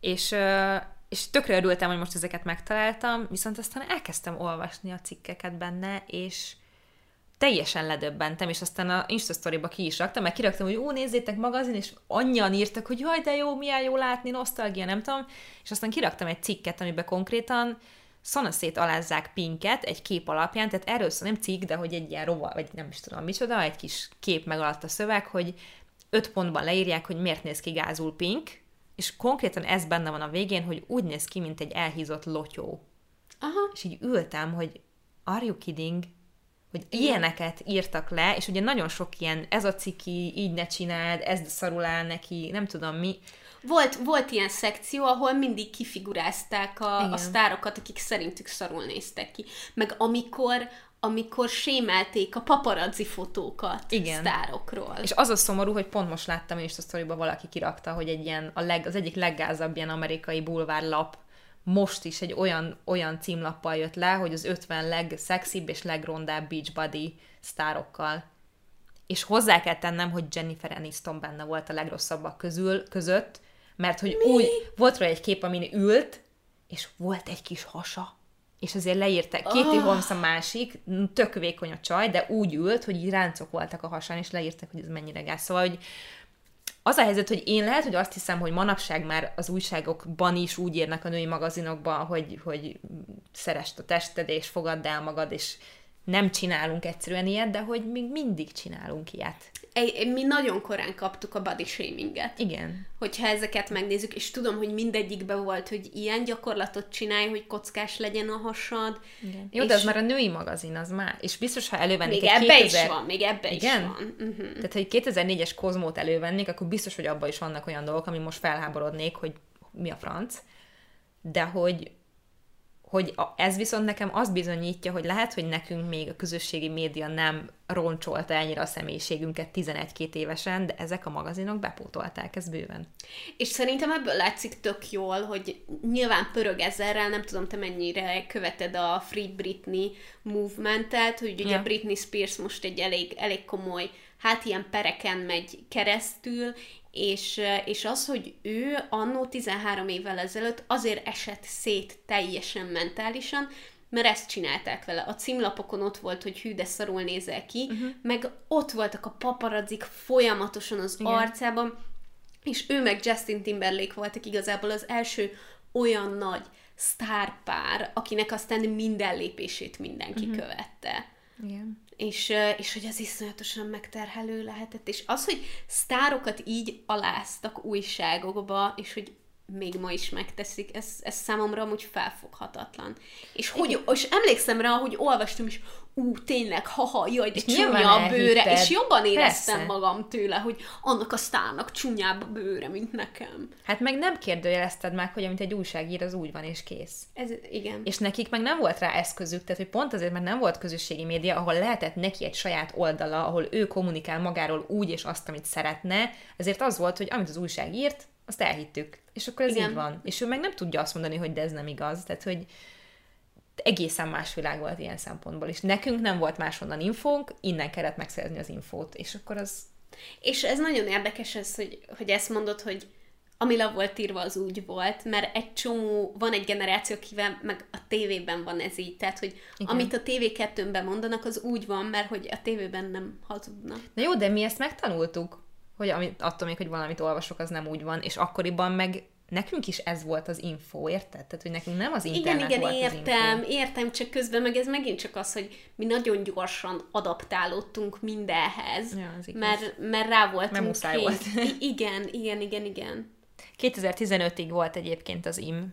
És tökre örültem, hogy most ezeket megtaláltam, viszont aztán elkezdtem olvasni a cikkeket benne, és teljesen ledöbbentem, és aztán a Instastoryba ki is raktam, meg kiraktam, hogy nézzétek magazin, és annyian írtak, hogy jaj, de jó, milyen jó látni, nosztalgia, nem tudom, és aztán kiraktam egy cikket, amiben konkrétan szanaszét alázzák Pinket egy kép alapján, tehát erről szól, nem cikk, de hogy egy ilyen rova, vagy nem is tudom micsoda, egy kis kép meg alatt a szöveg, hogy 5 pontban leírják, hogy miért néz ki gázul Pink, és konkrétan ez benne van a végén, hogy úgy néz ki, mint egy elhízott lotyó. Aha. És így ültem, hogy are you kidding? Hogy ilyeneket írtak le, és ugye nagyon sok ilyen, ez a ciki, így ne csináld, ez szarul áll neki, nem tudom mi. Volt ilyen szekció, ahol mindig kifigurázták a sztárokat, akik szerintük szarul néztek ki. Meg amikor sémelték a paparazzi fotókat sztárokról. És az a szomorú, hogy pont most láttam is a sztoriban, valaki kirakta, hogy egy ilyen, az egyik leggázabb ilyen amerikai bulvárlap most is egy olyan címlappal jött le, hogy az 50 legszexibb és legrondább beachbody sztárokkal. És hozzá kell tennem, hogy Jennifer Aniston benne volt a legrosszabbak között, mert hogy úgy volt róla egy kép, amin ült, és volt egy kis hasa. És azért leírták, Katie Holmes a másik, tök vékony a csaj, de úgy ült, hogy így ráncok voltak a hasán, és leírták, hogy ez mennyire gáz. Szóval, hogy az a helyzet, hogy én lehet, hogy azt hiszem, hogy manapság már az újságokban is úgy írnak a női magazinokban, hogy szeresd a tested, és fogadd el magad, és nem csinálunk egyszerűen ilyet, de hogy még mindig csinálunk ilyet. Mi nagyon korán kaptuk a body shaminget. Igen. Hogyha ezeket megnézzük, és tudom, hogy mindegyikben volt, hogy ilyen gyakorlatot csinálj, hogy kockás legyen a hasad. Igen. Jó, de az már a női magazin, az már. És biztos, ha elővennék még egy ebbe is van, még ebbe is van. Uh-huh. Tehát, ha egy 2004-es Kozmót elővennék, akkor biztos, hogy abban is vannak olyan dolgok, ami most felháborodnék, hogy mi a franc. De hogy ez viszont nekem azt bizonyítja, hogy lehet, hogy nekünk még a közösségi média nem roncsolta ennyire a személyiségünket 11-2 évesen, de ezek a magazinok bepótolták ezt bőven. És szerintem ebből látszik tök jól, hogy nyilván pörög ezerrel, nem tudom, te mennyire követed a Free Britney movementet, hogy ugye Britney Spears most egy elég komoly, ilyen pereken megy keresztül, és az, hogy ő annó 13 évvel ezelőtt azért esett szét teljesen mentálisan, mert ezt csinálták vele. A címlapokon ott volt, hogy hű, de szarul nézel ki, meg ott voltak a paparazzik folyamatosan az arcában, és ő meg Justin Timberlake voltak igazából az első olyan nagy sztárpár, akinek aztán minden lépését mindenki követte. Igen. És hogy az iszonyatosan megterhelő lehetett, és az, hogy sztárokat így aláztak újságokba, és hogy még ma is megteszik, ez számomra amúgy felfoghatatlan. És emlékszem rá, hogy olvastam is, tényleg, haha, jaj, de csúnya a bőre, és jobban éreztem magam tőle, hogy annak a sztárnak csúnyább a bőre, mint nekem. Hát meg nem kérdőjelezted meg, hogy amit egy újságír, az úgy van, és kész. Igen. És nekik meg nem volt rá eszközük, tehát hogy pont azért, mert nem volt közösségi média, ahol lehetett neki egy saját oldala, ahol ő kommunikál magáról úgy, és azt, amit szeretne, ezért az volt, hogy amit az újság írt, azt elhittük. És akkor ez így van. És ő meg nem tudja azt mondani, hogy de ez nem igaz. Tehát, hogy egészen más világ volt ilyen szempontból. És nekünk nem volt máshonnan infónk, innen kellett megszerezni az infót. És akkor az... És ez nagyon érdekes, hogy ezt mondod, hogy ami le volt írva, az úgy volt, mert van egy generáció, akivel meg a tévében van ez így. Tehát, hogy amit a TV2-ben mondanak, az úgy van, mert hogy a tévében nem hazudnak. Na jó, de mi ezt megtanultuk, hogy attól még, hogy valamit olvasok, az nem úgy van, és akkoriban meg nekünk is ez volt az info, érted? Tehát, hogy nekünk nem az internet igen, volt értem, csak közben meg ez megint csak az, hogy mi nagyon gyorsan adaptálódtunk mindenhez, mert rá voltunk. Mert muszáj volt. Igen. 2015-ig volt egyébként az IM.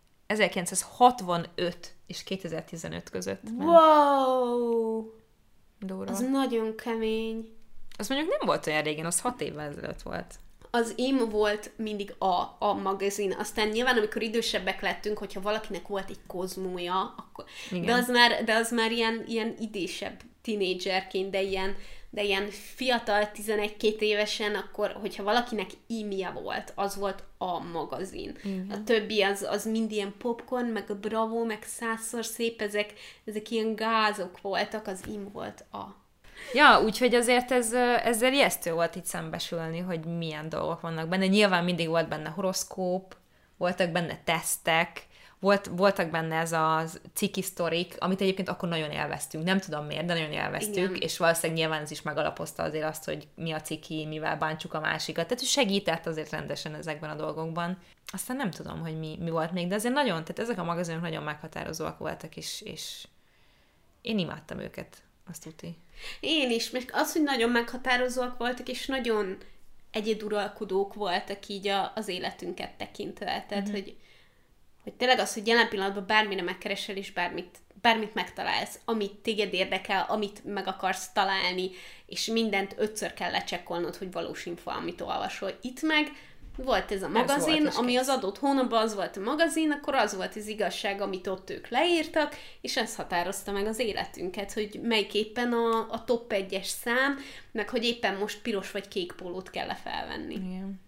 1965 és 2015 között. Wow! Durva. Az nagyon kemény. Az mondjuk nem volt olyan régen, az 6 évvel ezelőtt volt. Az IM volt mindig a magazin. Aztán nyilván, amikor idősebbek lettünk, hogyha valakinek volt egy kozmója, akkor... De az már ilyen idésebb tínédzserként, de ilyen fiatal, 11-2 évesen, akkor, hogyha valakinek IM-je volt, az volt a magazin. Igen. A többi az mind ilyen popcorn, meg a Bravo, meg 100-szor szép, ezek ilyen gázok voltak, az IM volt a... Ja, úgyhogy azért ezzel ijesztő volt itt szembesülni, hogy milyen dolgok vannak benne. Nyilván mindig volt benne horoszkóp, voltak benne tesztek, voltak benne ez a ciki sztorik, amit egyébként akkor nagyon élveztünk. Nem tudom miért, de nagyon élveztük, igen. És valószínűleg nyilván ez is megalapozta azért azt, hogy mi a ciki, mivel bántsuk a másikat. Tehát segített azért rendesen ezekben a dolgokban. Aztán nem tudom, hogy mi volt még, de azért nagyon, tehát ezek a magazinok nagyon meghatározóak voltak, és én imádtam őket, azt tudni. Én is, mert az, hogy nagyon meghatározóak voltak, és nagyon egyeduralkodók voltak így az életünket tekintve. Tehát, hogy tényleg az, hogy jelen pillanatban bármire megkeresel, és bármit megtalálsz, amit téged érdekel, amit meg akarsz találni, és mindent 5-ször kell lecsekkolnod, hogy valós info, amit olvasol. Itt meg volt ez a magazin, ami az adott hónapban az volt a magazin, akkor az volt az igazság, amit ott ők leírtak, és ez határozta meg az életünket, hogy melyik éppen a top 1-es szám, meg hogy éppen most piros vagy kék pólót kell felvenni. Igen.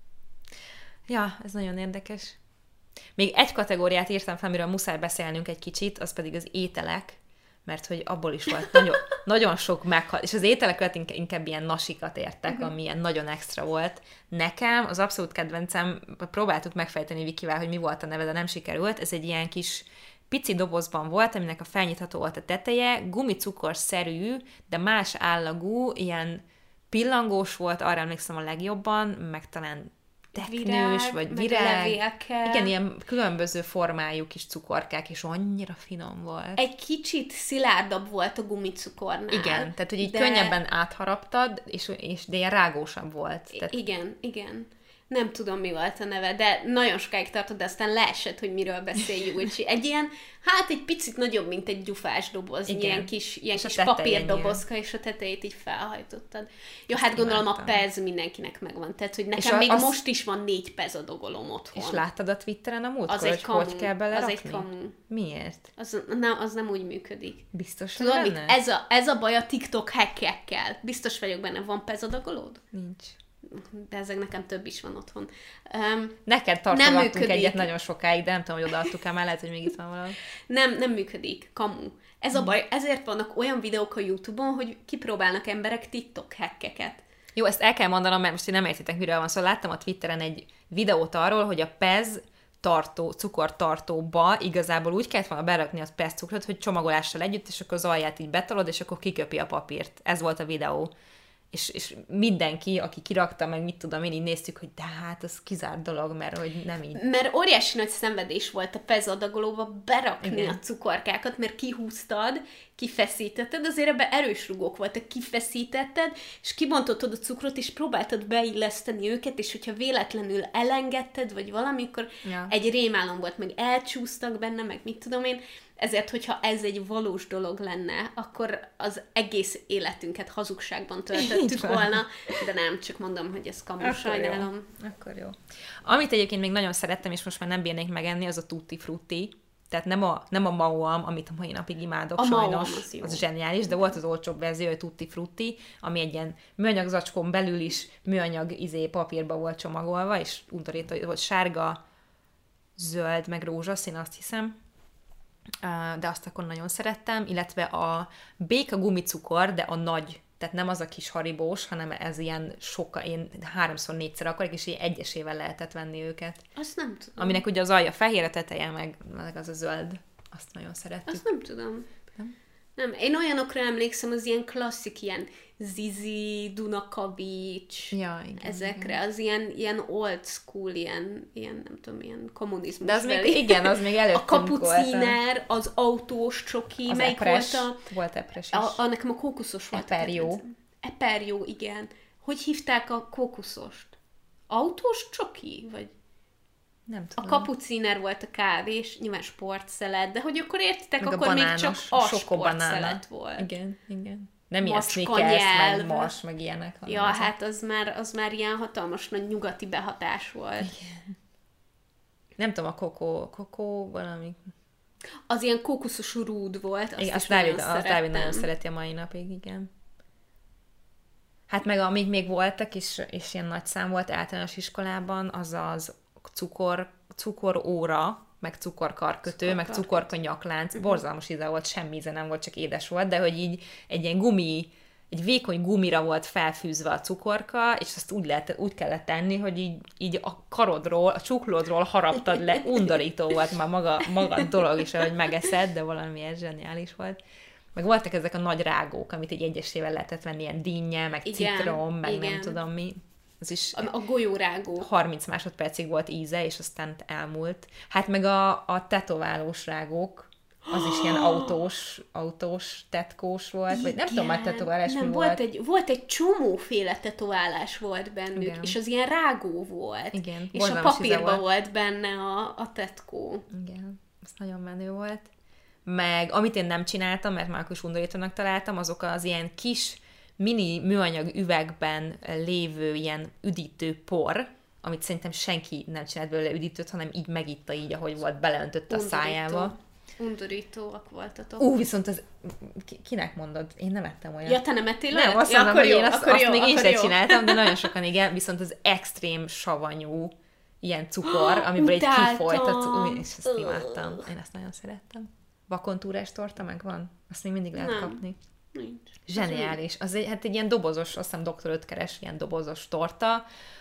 Ja, ez nagyon érdekes. Még egy kategóriát írtam fel, amiről muszáj beszélnünk egy kicsit, az pedig az ételek, mert hogy abból is volt nagyon sok és az ételeket inkább ilyen nasikat értek, ami ilyen nagyon extra volt. Nekem az abszolút kedvencem, próbáltuk megfejteni Vikivel, hogy mi volt a neve, de nem sikerült, ez egy ilyen kis pici dobozban volt, aminek a felnyitható volt a teteje, gumicukorszerű, de más állagú, ilyen pillangós volt, arra emlékszem a legjobban, meg talán teknős, vagy virág. Igen, ilyen különböző formájú kis cukorkák, és annyira finom volt. Egy kicsit szilárdabb volt a gumicukornál. Igen, tehát hogy így könnyebben átharaptad, de ilyen rágósabb volt. Tehát... Igen. Nem tudom, mi volt a neve, de nagyon sokáig tartott, de aztán leesett, hogy miről beszéljünk. Egy ilyen, egy picit nagyobb, mint egy gyufás doboz, ilyen kis papírdobozka, és a tetejét így felhajtottad. Jó, hát gondolom a pez mindenkinek megvan. Tehát, hogy nekem még most is van 4 pez a dogolom otthon. És láttad a Twitteren a múltkor, hogy kell belerakni? Az egy kamu. Miért? Az nem úgy működik. Biztos tudod, mit? Ez a baj a TikTok hackekkel. Biztos vagyok benne, van pez a dogolód? Nincs. De ezek nekem több is van otthon. Neked tartogattunk egyet nagyon sokáig, de nem tudom, hogy odaadtuk-e, már lehet, hogy még itt van valami. Nem működik, kamu. Ez a baj, ezért vannak olyan videók a YouTube-on, hogy kipróbálnak emberek TikTok hackeket. Jó, ezt el kell mondanom, mert most én nem értitek, miről van szó. Szóval láttam a Twitteren egy videót arról, hogy a PEZ cukortartóba igazából úgy kellett volna berakni a PEZ cukrot, hogy csomagolással együtt, és akkor az alját így betolod, és akkor kiköpi a papírt. Ez volt a videó. és mindenki, aki kirakta, meg mit tudom én, így néztük, hogy de hát az kizárt dolog, mert hogy nem így. Mert óriási nagy szenvedés volt a PEZ adagolóba berakni Igen. a cukorkákat, mert kihúztad, kifeszítetted, azért ebben erős rugók voltak, kifeszítetted, és kibontottad a cukrot, és próbáltad beilleszteni őket, és hogyha véletlenül elengedted, vagy valami, akkor egy rémálom volt, meg elcsúsztak benne, meg mit tudom én, ezért, hogyha ez egy valós dolog lenne, akkor az egész életünket hazugságban töltöttük volna, de nem, csak mondom, hogy ez kamu, sajnálom. Akkor jó. Amit egyébként még nagyon szerettem, és most már nem bírnék megenni, az a Tutti Frutti. Tehát nem a Mauam, amit a mai napig imádok, a sajnos, Mauam az zseniális, de volt az olcsóbb verzió, a Tutti Frutti, ami egy ilyen műanyag zacskón belül is műanyag papírba volt csomagolva, és undorító volt sárga, zöld, meg rózsaszín, azt hiszem. De azt akkor nagyon szerettem, illetve a béka gumicukor, de a nagy, tehát nem az a kis haribós, hanem ez ilyen sokkal, én 3-4-szer akarok, és így egyesével lehetett venni őket. Azt nem tudom. Aminek ugye az alja fehér, a teteje meg az a zöld. Azt nagyon szerettük. Azt nem tudom. Nem, én olyanokra emlékszem, az ilyen klasszik, ilyen Zizi, Dunakavics, ezekre, igen. Az ilyen old school, ilyen nem tudom, ilyen kommunizmus. De az még, igen, az még előttünk volt. A kapuciner, az autós csoki, az melyik epres, volt volt epres is. Nekem a kókuszos volt. Eperjó. Eperjó, igen. Hogy hívták a kókuszost? Autós csoki? Vagy... Nem tudom. A kapuciner volt a kávés, nyilván sportszelet, de hogy akkor értitek, meg akkor még csak a sportszelet volt. Igen. Nem ilyen Snickers, meg Mars, meg ilyenek. Ja, hát az már ilyen hatalmas nagy nyugati behatás volt. Igen. Nem tudom, a kokó valami... Az ilyen kókuszos rúd volt, azt igen, is nagyon szerettem. Azt Dávid nagyon szereti a mai napig, igen. Hát meg amíg még voltak, és ilyen nagy szám volt általános iskolában, az cukoróra, meg cukorkarkötő, meg cukorkanyaklánc. Borzalmas íze volt, semmi íze nem volt, csak édes volt, de hogy így egy ilyen egy vékony gumira volt felfűzve a cukorka, és azt úgy kellett tenni, hogy így a karodról, a csuklódról haraptad le. Undorító volt már maga a dolog is, ahogy megeszed, de valami zseniális volt. Meg voltak ezek a nagy rágók, amit egy egyesével lehetett venni, ilyen dinnye, meg citrom, meg nem tudom mi. Az is a golyórágó. 30 másodpercig volt íze, és aztán elmúlt. Hát meg a tetoválós rágók, az is ilyen autós, tetkós volt, igen, vagy nem tudom, már tetoválás nem, mi volt. Volt egy csomóféle tetoválás volt bennük, igen. És az ilyen rágó volt. Igen, és a papírban volt benne a tetkó. Igen, ez nagyon menő volt. Meg amit én nem csináltam, mert már akkor is undorítónak találtam, azok az ilyen kis mini műanyag üvegben lévő ilyen üdítő por, amit szerintem senki nem csinált belőle üdítőt, hanem így megitta így, ahogy volt, beleöntött a szájába. Undorítóak voltatok. Viszont az... Kinek mondod? Én nem ettem olyan. Ja, te nem ettél olyan? Nem, azt mondom, hogy én azt még én sem csináltam, de nagyon sokan igen, viszont az extrém savanyú ilyen cukor, amiből egy kifolyt a cukor, és ezt imádtam. Én ezt nagyon szerettem. Vakontúrás torta megvan? Azt még mindig lehet kapni. Nincs. Zseniális. Az egy ilyen dobozos, azt hiszem Dr. 5-keres ilyen dobozos torta,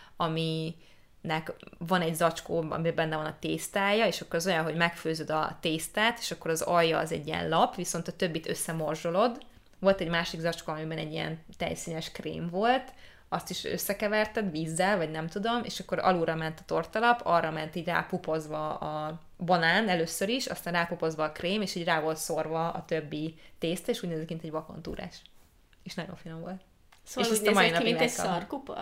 aminek van egy zacskó, amiben benne van a tésztája, és akkor az olyan, hogy megfőzöd a tésztát, és akkor az alja az egy ilyen lap, viszont a többit összemorzsolod. Volt egy másik zacskó, amiben egy ilyen tejszínes krém volt, azt is összekeverted vízzel, vagy nem tudom, és akkor alulra ment a tortalap, arra ment így rápupozva a banán először is, aztán rápupozva a krém, és így rá volt szorva a többi tészta, és úgy nézett, mint egy vakontúrás. És nagyon finom volt. Szóval és úgy nézett ki, mint egy szarkupa?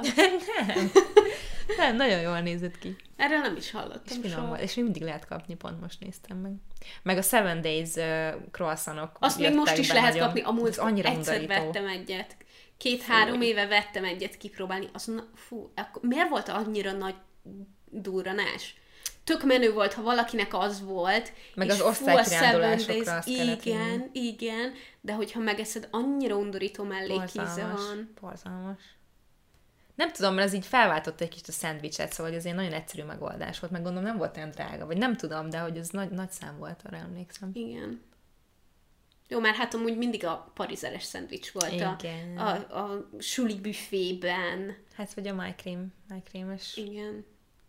Nem, nagyon jól nézett ki. Erről nem is hallottam és finom volt. És mindig lehet kapni, pont most néztem meg. Meg a 7 Days croissantok. Azt még most is lehet kapni, amúgy egyszer vettem egyet. 2-3 éve vettem egyet kipróbálni. Miért volt annyira nagy durranás? Tök menő volt, ha valakinek az volt. Meg az osztálykirándulásokra azt kellett igen, de hogyha megeszed, annyira undorító mellékíze van. Borzalmas. Nem tudom, mert az így felváltotta egy kicsit a szendvicset, szóval ez egy nagyon egyszerű megoldás volt, meg gondolom nem volt olyan drága, vagy nem tudom, de hogy ez nagy szám volt, arra emlékszem. Igen. Jó, már hát amúgy mindig a parizeres szendvics volt a suli büfében. Hát vagy a májkrémes. Igen.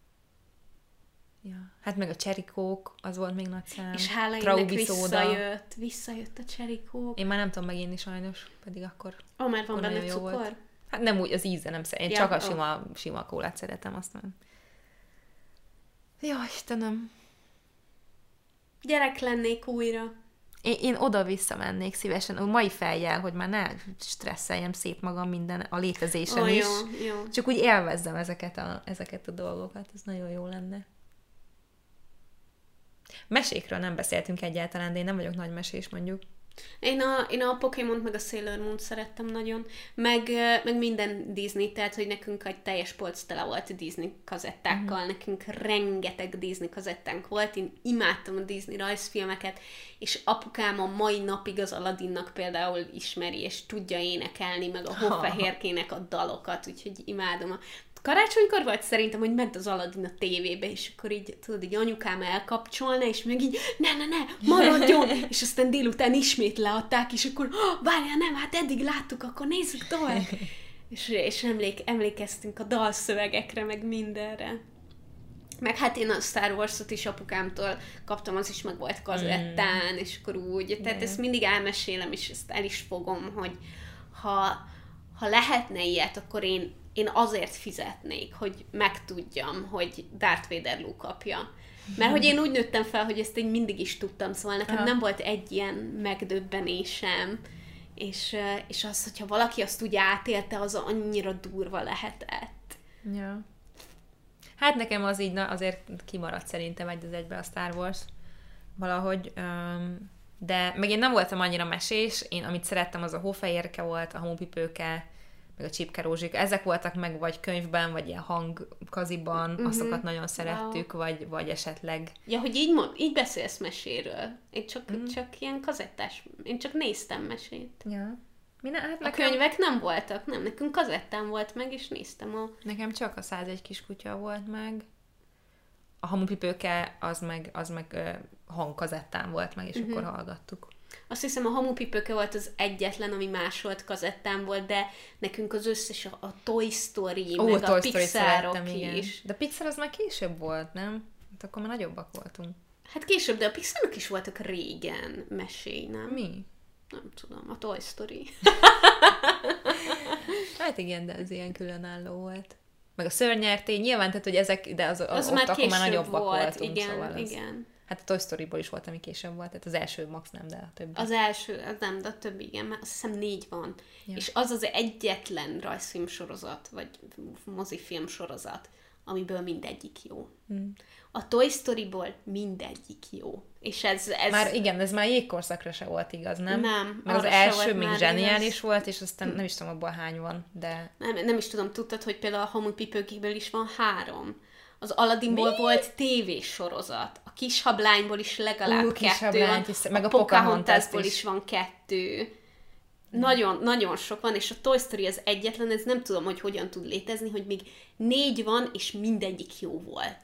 Ja. Hát meg a cserikók, az volt még nagy szám. És hála énnek visszajött a cserikók. Én már nem tudom meginni sajnos, pedig akkor már van benne cukor? Hát Hát nem úgy, az íze nem szeretem. Én csak a sima kólát szeretem, azt mondom. Ja, Istenem. Gyerek lennék újra. Én oda-vissza mennék szívesen, a mai fejjel, hogy már ne stresszeljem szét magam minden a létezésen is. Jó. Csak úgy élvezzem ezeket a dolgokat, ez nagyon jó lenne. Mesékről nem beszéltünk egyáltalán, de én nem vagyok nagy mesés, mondjuk. Én a Pokémont meg a Sailor Moon szerettem nagyon, meg minden Disney, tehát hogy nekünk egy teljes polc tele volt Disney kazettákkal, nekünk rengeteg Disney kazettánk volt, én imádtam a Disney rajzfilmeket, és apukám a mai napig az Aladdinnak például ismeri, és tudja énekelni, meg a Hófehérkének a dalokat, úgyhogy imádom. Karácsonykor volt szerintem, hogy ment az Aladdin a tévébe, és akkor így, tudod, így anyukám elkapcsolna, és meg így, ne, maradjon! És aztán délután ismét leadták, és akkor, várjál, nem, hát eddig láttuk, akkor nézzük tovább! és emlékeztünk a dalszövegekre, meg mindenre. Meg hát én a Star Wars-ot is apukámtól kaptam, az is meg volt kazettán, és akkor úgy, tehát ezt mindig elmesélem, és ezt el is fogom, hogy ha lehetne ilyet, akkor én azért fizetnék, hogy megtudjam, hogy Darth Vader Luke apja. Mert hogy én úgy nőttem fel, hogy ezt én mindig is tudtam, szóval nekem nem volt egy ilyen megdöbbenésem, és az, hogyha valaki azt úgy átélte, az annyira durva lehetett. Ja. Hát nekem az így azért kimaradt szerintem egy az egybe a Star Wars valahogy, de meg én nem voltam annyira mesés, én amit szerettem, az a Hófehérke volt, a Hamupipőke, meg a Csipke Rózsika, ezek voltak meg vagy könyvben, vagy ilyen hangkaziban, azokat nagyon szerettük, vagy esetleg... Ja, hogy így beszélsz meséről. Én csak ilyen kazettás, én csak néztem mesét. Ja. Hát a könyvek nem voltak, nem, nekünk kazettán volt meg, és néztem Nekem csak a 101 kiskutya volt meg. A Hamupipőke az meg hangkazettán volt meg, és akkor hallgattuk. Azt hiszem, a Hamupipőke volt az egyetlen, ami másolt kazettán volt, de nekünk az összes a Toy Story, meg a Pixarok is. De a Pixar az már később volt, nem? Hát akkor már nagyobbak voltunk. Hát később, de a Pixarok is voltak régen meséi, nem? Mi? Nem tudom, a Toy Story. Hát igen, de az ilyen különálló volt. Meg a Szörnyertény, nyilván, tehát, hogy ezek, de az ott már akkor már nagyobbak voltunk, igen, szóval igen. Hát a Toy Storyból is volt, ami később volt, tehát az első max nem, de a többi. Az első, az nem, de a többi igen, mert azt hiszem 4 van. Ja. És az egyetlen rajzfilm sorozat, vagy mozifilm sorozat, amiből mindegyik jó. A Toy Storyból mindegyik jó. És ez... Már igen, ez már jégkorszakra se volt igaz, nem? Nem. Mert az első még zseniális volt, és aztán nem is tudom, abból hány van, de... Nem is tudom, tudtad, hogy például a Hamupipőkéből is van 3. Az Aladdinból volt tévésorozat. A Kis Hablányból is legalább 2 van. Meg a Pocahontasból is van 2. Nagyon, nagyon sok van, és a Toy Story az egyetlen, ez nem tudom, hogy hogyan tud létezni, hogy még 4 van, és mindegyik jó volt.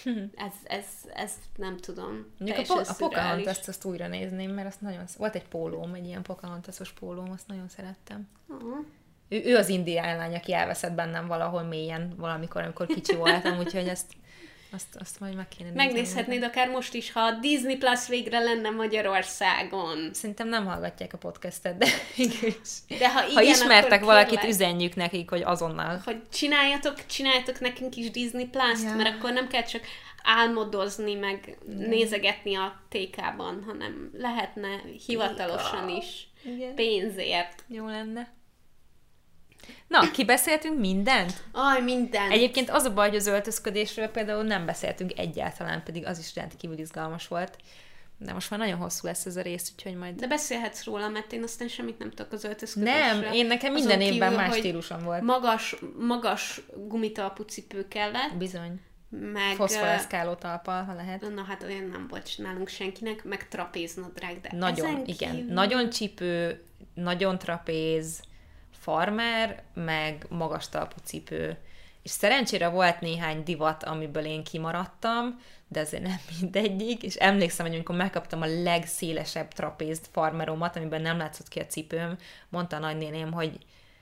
Ez nem tudom. A Pocahontas-t azt újra nézném, mert azt nagyon... Volt egy pólóm, egy ilyen Pocahontas-os pólóm, azt nagyon szerettem. Ő az indián lány, aki elveszett bennem valahol mélyen valamikor, amikor kicsi voltam, úgyhogy azt majd meg kéne nézni. Megnézhetnéd akár most is, ha a Disney Plus végre lenne Magyarországon. Szerintem nem hallgatják a podcastet, de mégis. De ha igen, ha ismertek akkor valakit, üzenjük nekik, hogy azonnal. Hogy csináljatok nekünk is Disney Plus-t, mert akkor nem kell csak álmodozni, meg nézegetni a TK-ban, hanem lehetne hivatalosan is pénzért. Jó lenne. Na, kibeszéltünk mindent? Mindent. Egyébként az a baj, hogy az öltözködésről például nem beszéltünk egyáltalán, pedig az is rendkívül izgalmas volt. De most már nagyon hosszú lesz ez a rész, úgyhogy majd... De beszélhetsz róla, mert én aztán semmit nem tudok az öltözködésről. Nem, én nekem minden évben más stílusom volt. Magas gumitalpú cipő kellett. Bizony. Meg... Foszforeszkáló talppal, ha lehet. Na hát olyan nem volt nálunk senkinek, meg trapéznadrág, de nagyon, igen. Kívül... Nagyon csípő, nagyon trapéz, farmer, meg magas talpú cipő. És szerencsére volt néhány divat, amiből én kimaradtam, de azért nem mindegyik, és emlékszem, hogy amikor megkaptam a legszélesebb trapézt farmeromat, amiben nem látszott ki a cipőm, mondta a nagynéném, hogy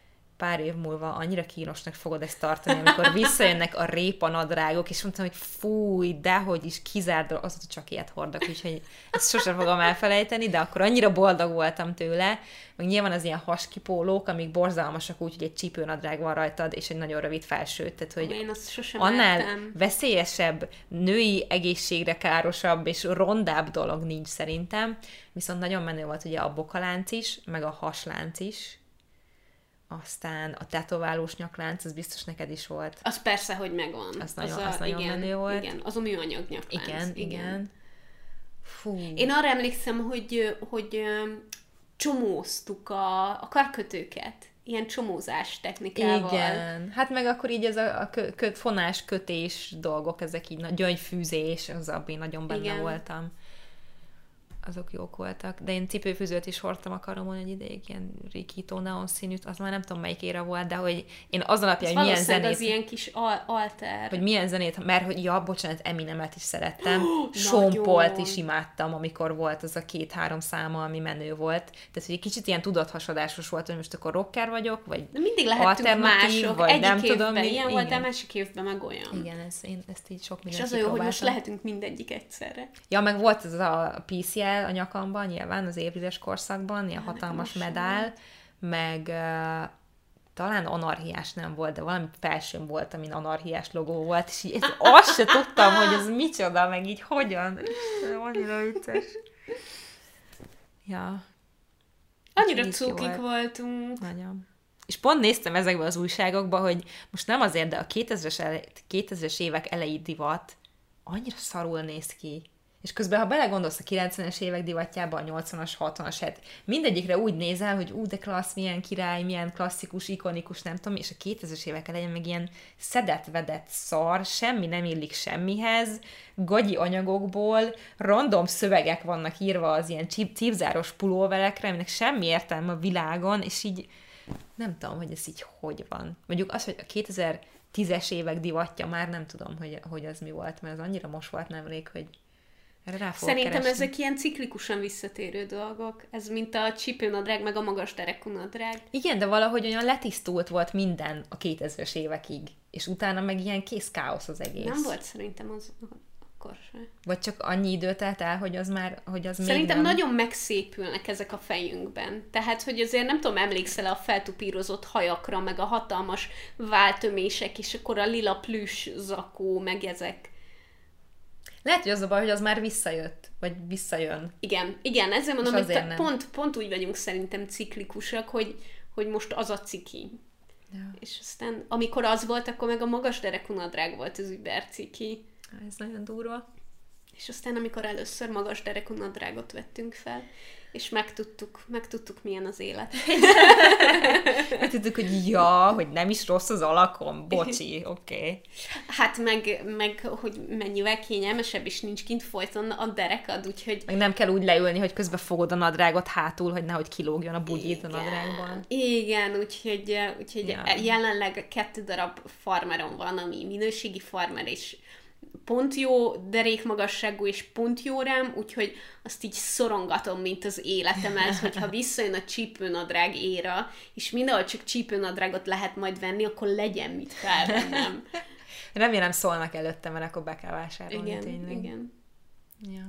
pár év múlva annyira kínosnak fogod ezt tartani, amikor visszajönnek a répanadrágok, és mondtam, hogy fúj, dehogy is kizárt, azóta csak ilyet hordok, úgyhogy ezt sosem fogom elfelejteni, de akkor annyira boldog voltam tőle, meg nyilván az ilyen haskipólók, amik borzalmasak úgy, hogy egy csípőnadrág van rajtad, és egy nagyon rövid felső, tehát hogy én azt sosem annál láttam. veszélyesebb, női egészségre károsabb és rondább dolog nincs szerintem, viszont nagyon menő volt ugye a bokalánc is, meg a haslánc is, aztán a tetoválós nyaklánc, az biztos neked is volt. Az persze, hogy megvan. Az nagyon igen, menő volt. Igen, az a műanyag nyaklánc. Igen. Fú. Én arra emlékszem, hogy csomóztuk a karkötőket. Ilyen csomózás technikával. Igen. Hát meg akkor így ez a fonás, kötés dolgok, ezek így gyöngyfűzés, az abban nagyon benne voltam. Azok jók voltak. De én cipőfűzőt is hordtam a karomon egy ideig, ilyen rikító neon színűt, az már nem tudom melyik ére volt, de hogy én az alapján, hogy milyen zenét... az ilyen kis alter. Hogy milyen zenét, mert hogy bocsánat, Eminemet is szerettem, Sean is imádtam, amikor volt az a 2-3 száma, ami menő volt. Tehát, hogy egy kicsit ilyen tudathasadásos volt, hogy most akkor rocker vagyok, vagy de mindig lehetünk mások, vagy nem tudom mi. Ilyen volt, de másik évben meg olyan. Igen, ezt így sok mindent és az olyan, hogy most lehetünk mindegyik egyszerre. Ja, meg volt ez a PCL a nyakamban, nyilván az évrides korszakban, ilyen hatalmas medál, meg talán anarchiás nem volt, de valami felsőm volt, amin anarchiás logó volt, és így azt se tudtam, hogy ez micsoda, meg így hogyan. Annyira vicces. Ja. Annyira cukik voltunk. Nagyon. És pont néztem ezekben az újságokban, hogy most nem azért, de a 2000-es évek elejé divat annyira szarul néz ki. És közben, ha belegondolsz a 90-es évek divatjába, a 80-as, 60-as, hát mindegyikre úgy nézel, hogy de klassz, milyen király, milyen klasszikus, ikonikus, nem tudom, és a 2000-es évek elején meg ilyen szedett-vedett szar, semmi nem illik semmihez, gagyi anyagokból, random szövegek vannak írva az ilyen cipzáros pulóverekre, aminek semmi értelme a világon, és így nem tudom, hogy ez így hogy van. Mondjuk az, hogy a 2010-es évek divatja már nem tudom, hogy az mi volt, mert az annyira most volt nemrég, hogy szerintem keresni. Ezek ilyen ciklikusan visszatérő dolgok. Ez mint a csípőnadrág, meg a magas derekú nadrág. Igen, de valahogy olyan letisztult volt minden a 2000-es évekig, és utána meg ilyen kész káosz az egész. Nem volt szerintem az akkor se. Vagy csak annyi idő telt el, hogy az szerintem még nem... nagyon megszépülnek ezek a fejünkben. Tehát, hogy azért nem tudom, emlékszel a feltupírozott hajakra, meg a hatalmas váltömések, és akkor a lila plüss zakó, meg ezek. Lehet, hogy az a baj, hogy az már visszajött, vagy visszajön. Igen, ezzel mondom, hogy pont úgy vagyunk szerintem ciklikusak, hogy most az a ciki. Ja. És aztán, amikor az volt, akkor meg a magas derekú nadrág volt az über ciki. Ez nagyon durva. És aztán, amikor először magas derekú nadrágot vettünk fel, és megtudtuk milyen az élet. Megtudtuk, hogy hogy nem is rossz az alakom, bocsi, oké. Hát meg, hogy mennyivel kényelmesebb, és nincs kint folyton a derekad, úgyhogy... Meg nem kell úgy leülni, hogy közben fogod a nadrágot hátul, hogy nehogy kilógjon a bugyit a nadrágban. Igen, úgyhogy jelenleg 2 darab farmerom van, ami minőségi farmer, és pont jó derékmagasságú, és pont jó rám, úgyhogy azt így szorongatom, mint az életemet, hogyha visszajön a csípőnadrág éra, és mindenhol csak csípőnadrágot lehet majd venni, akkor legyen mit felvennem. Remélem szólnak előtte, mert akkor be kell vásárolni tényleg. Igen. Ja.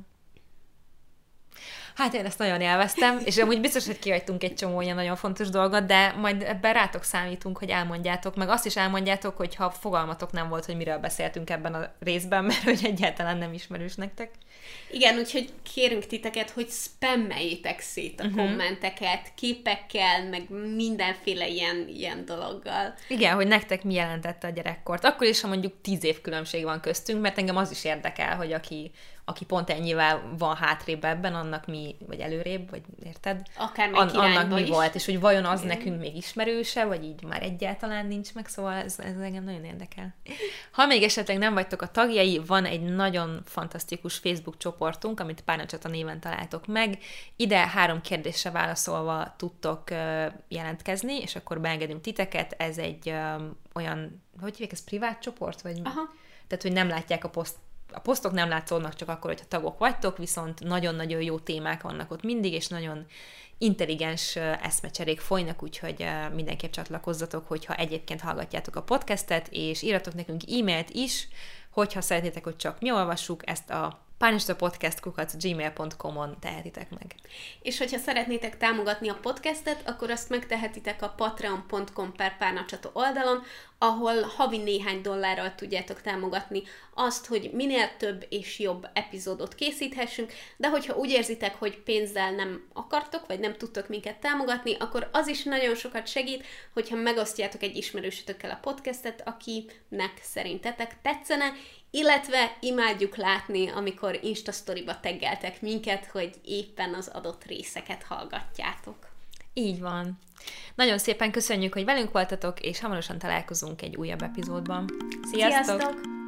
Hát én ezt nagyon élveztem, és amúgy biztos, hogy kihagytunk egy csomó ilyen nagyon fontos dolgot, de majd ebben rátok számítunk, hogy elmondjátok, meg azt is elmondjátok, hogy ha fogalmatok nem volt, hogy miről beszéltünk ebben a részben, mert hogy egyáltalán nem ismerős nektek. Igen, úgyhogy kérünk titeket, hogy spammeljétek szét a kommenteket, képekkel, meg mindenféle ilyen dologgal. Igen, hogy nektek mi jelentette a gyerekkort. Akkor is, ha mondjuk 10 év különbség van köztünk, mert engem az is érdekel, hogy aki pont ennyivel van hátrébb ebben, annak mi, vagy előrébb, vagy érted? Annak mi volt, és hogy vajon az nekünk még ismerőse, vagy így már egyáltalán nincs meg, szóval ez engem nagyon érdekel. Ha még esetleg nem vagytok a tagjai, van egy nagyon fantasztikus Facebook csoportunk, amit Párnacsata néven találtok meg. Ide 3 kérdésre válaszolva tudtok jelentkezni, és akkor beengedünk titeket. Ez egy olyan, hogy hívják, ez privát csoport? Vagy? Aha. Tehát, hogy nem látják a posztok nem látszódnak csak akkor, hogyha tagok vagytok, viszont nagyon-nagyon jó témák vannak ott mindig, és nagyon intelligens eszmecserék folynak, úgyhogy mindenképp csatlakozzatok, hogyha egyébként hallgatjátok a podcastet, és írjatok nekünk e-mailt is, hogyha szeretnétek, hogy csak mi olvassuk, ezt a párnastapodcast@gmail.com-on tehetitek meg. És hogyha szeretnétek támogatni a podcastet, akkor azt megtehetitek a patreon.com/párnacsata oldalon, ahol havi néhány dollárral tudjátok támogatni azt, hogy minél több és jobb epizódot készíthessünk, de hogyha úgy érzitek, hogy pénzzel nem akartok, vagy nem tudtok minket támogatni, akkor az is nagyon sokat segít, hogyha megosztjátok egy ismerősötökkel a podcastet, akinek szerintetek tetszene, illetve imádjuk látni, amikor Insta Storyba taggeltek minket, hogy éppen az adott részeket hallgatjátok. Így van. Nagyon szépen köszönjük, hogy velünk voltatok, és hamarosan találkozunk egy újabb epizódban. Sziasztok! Sziasztok!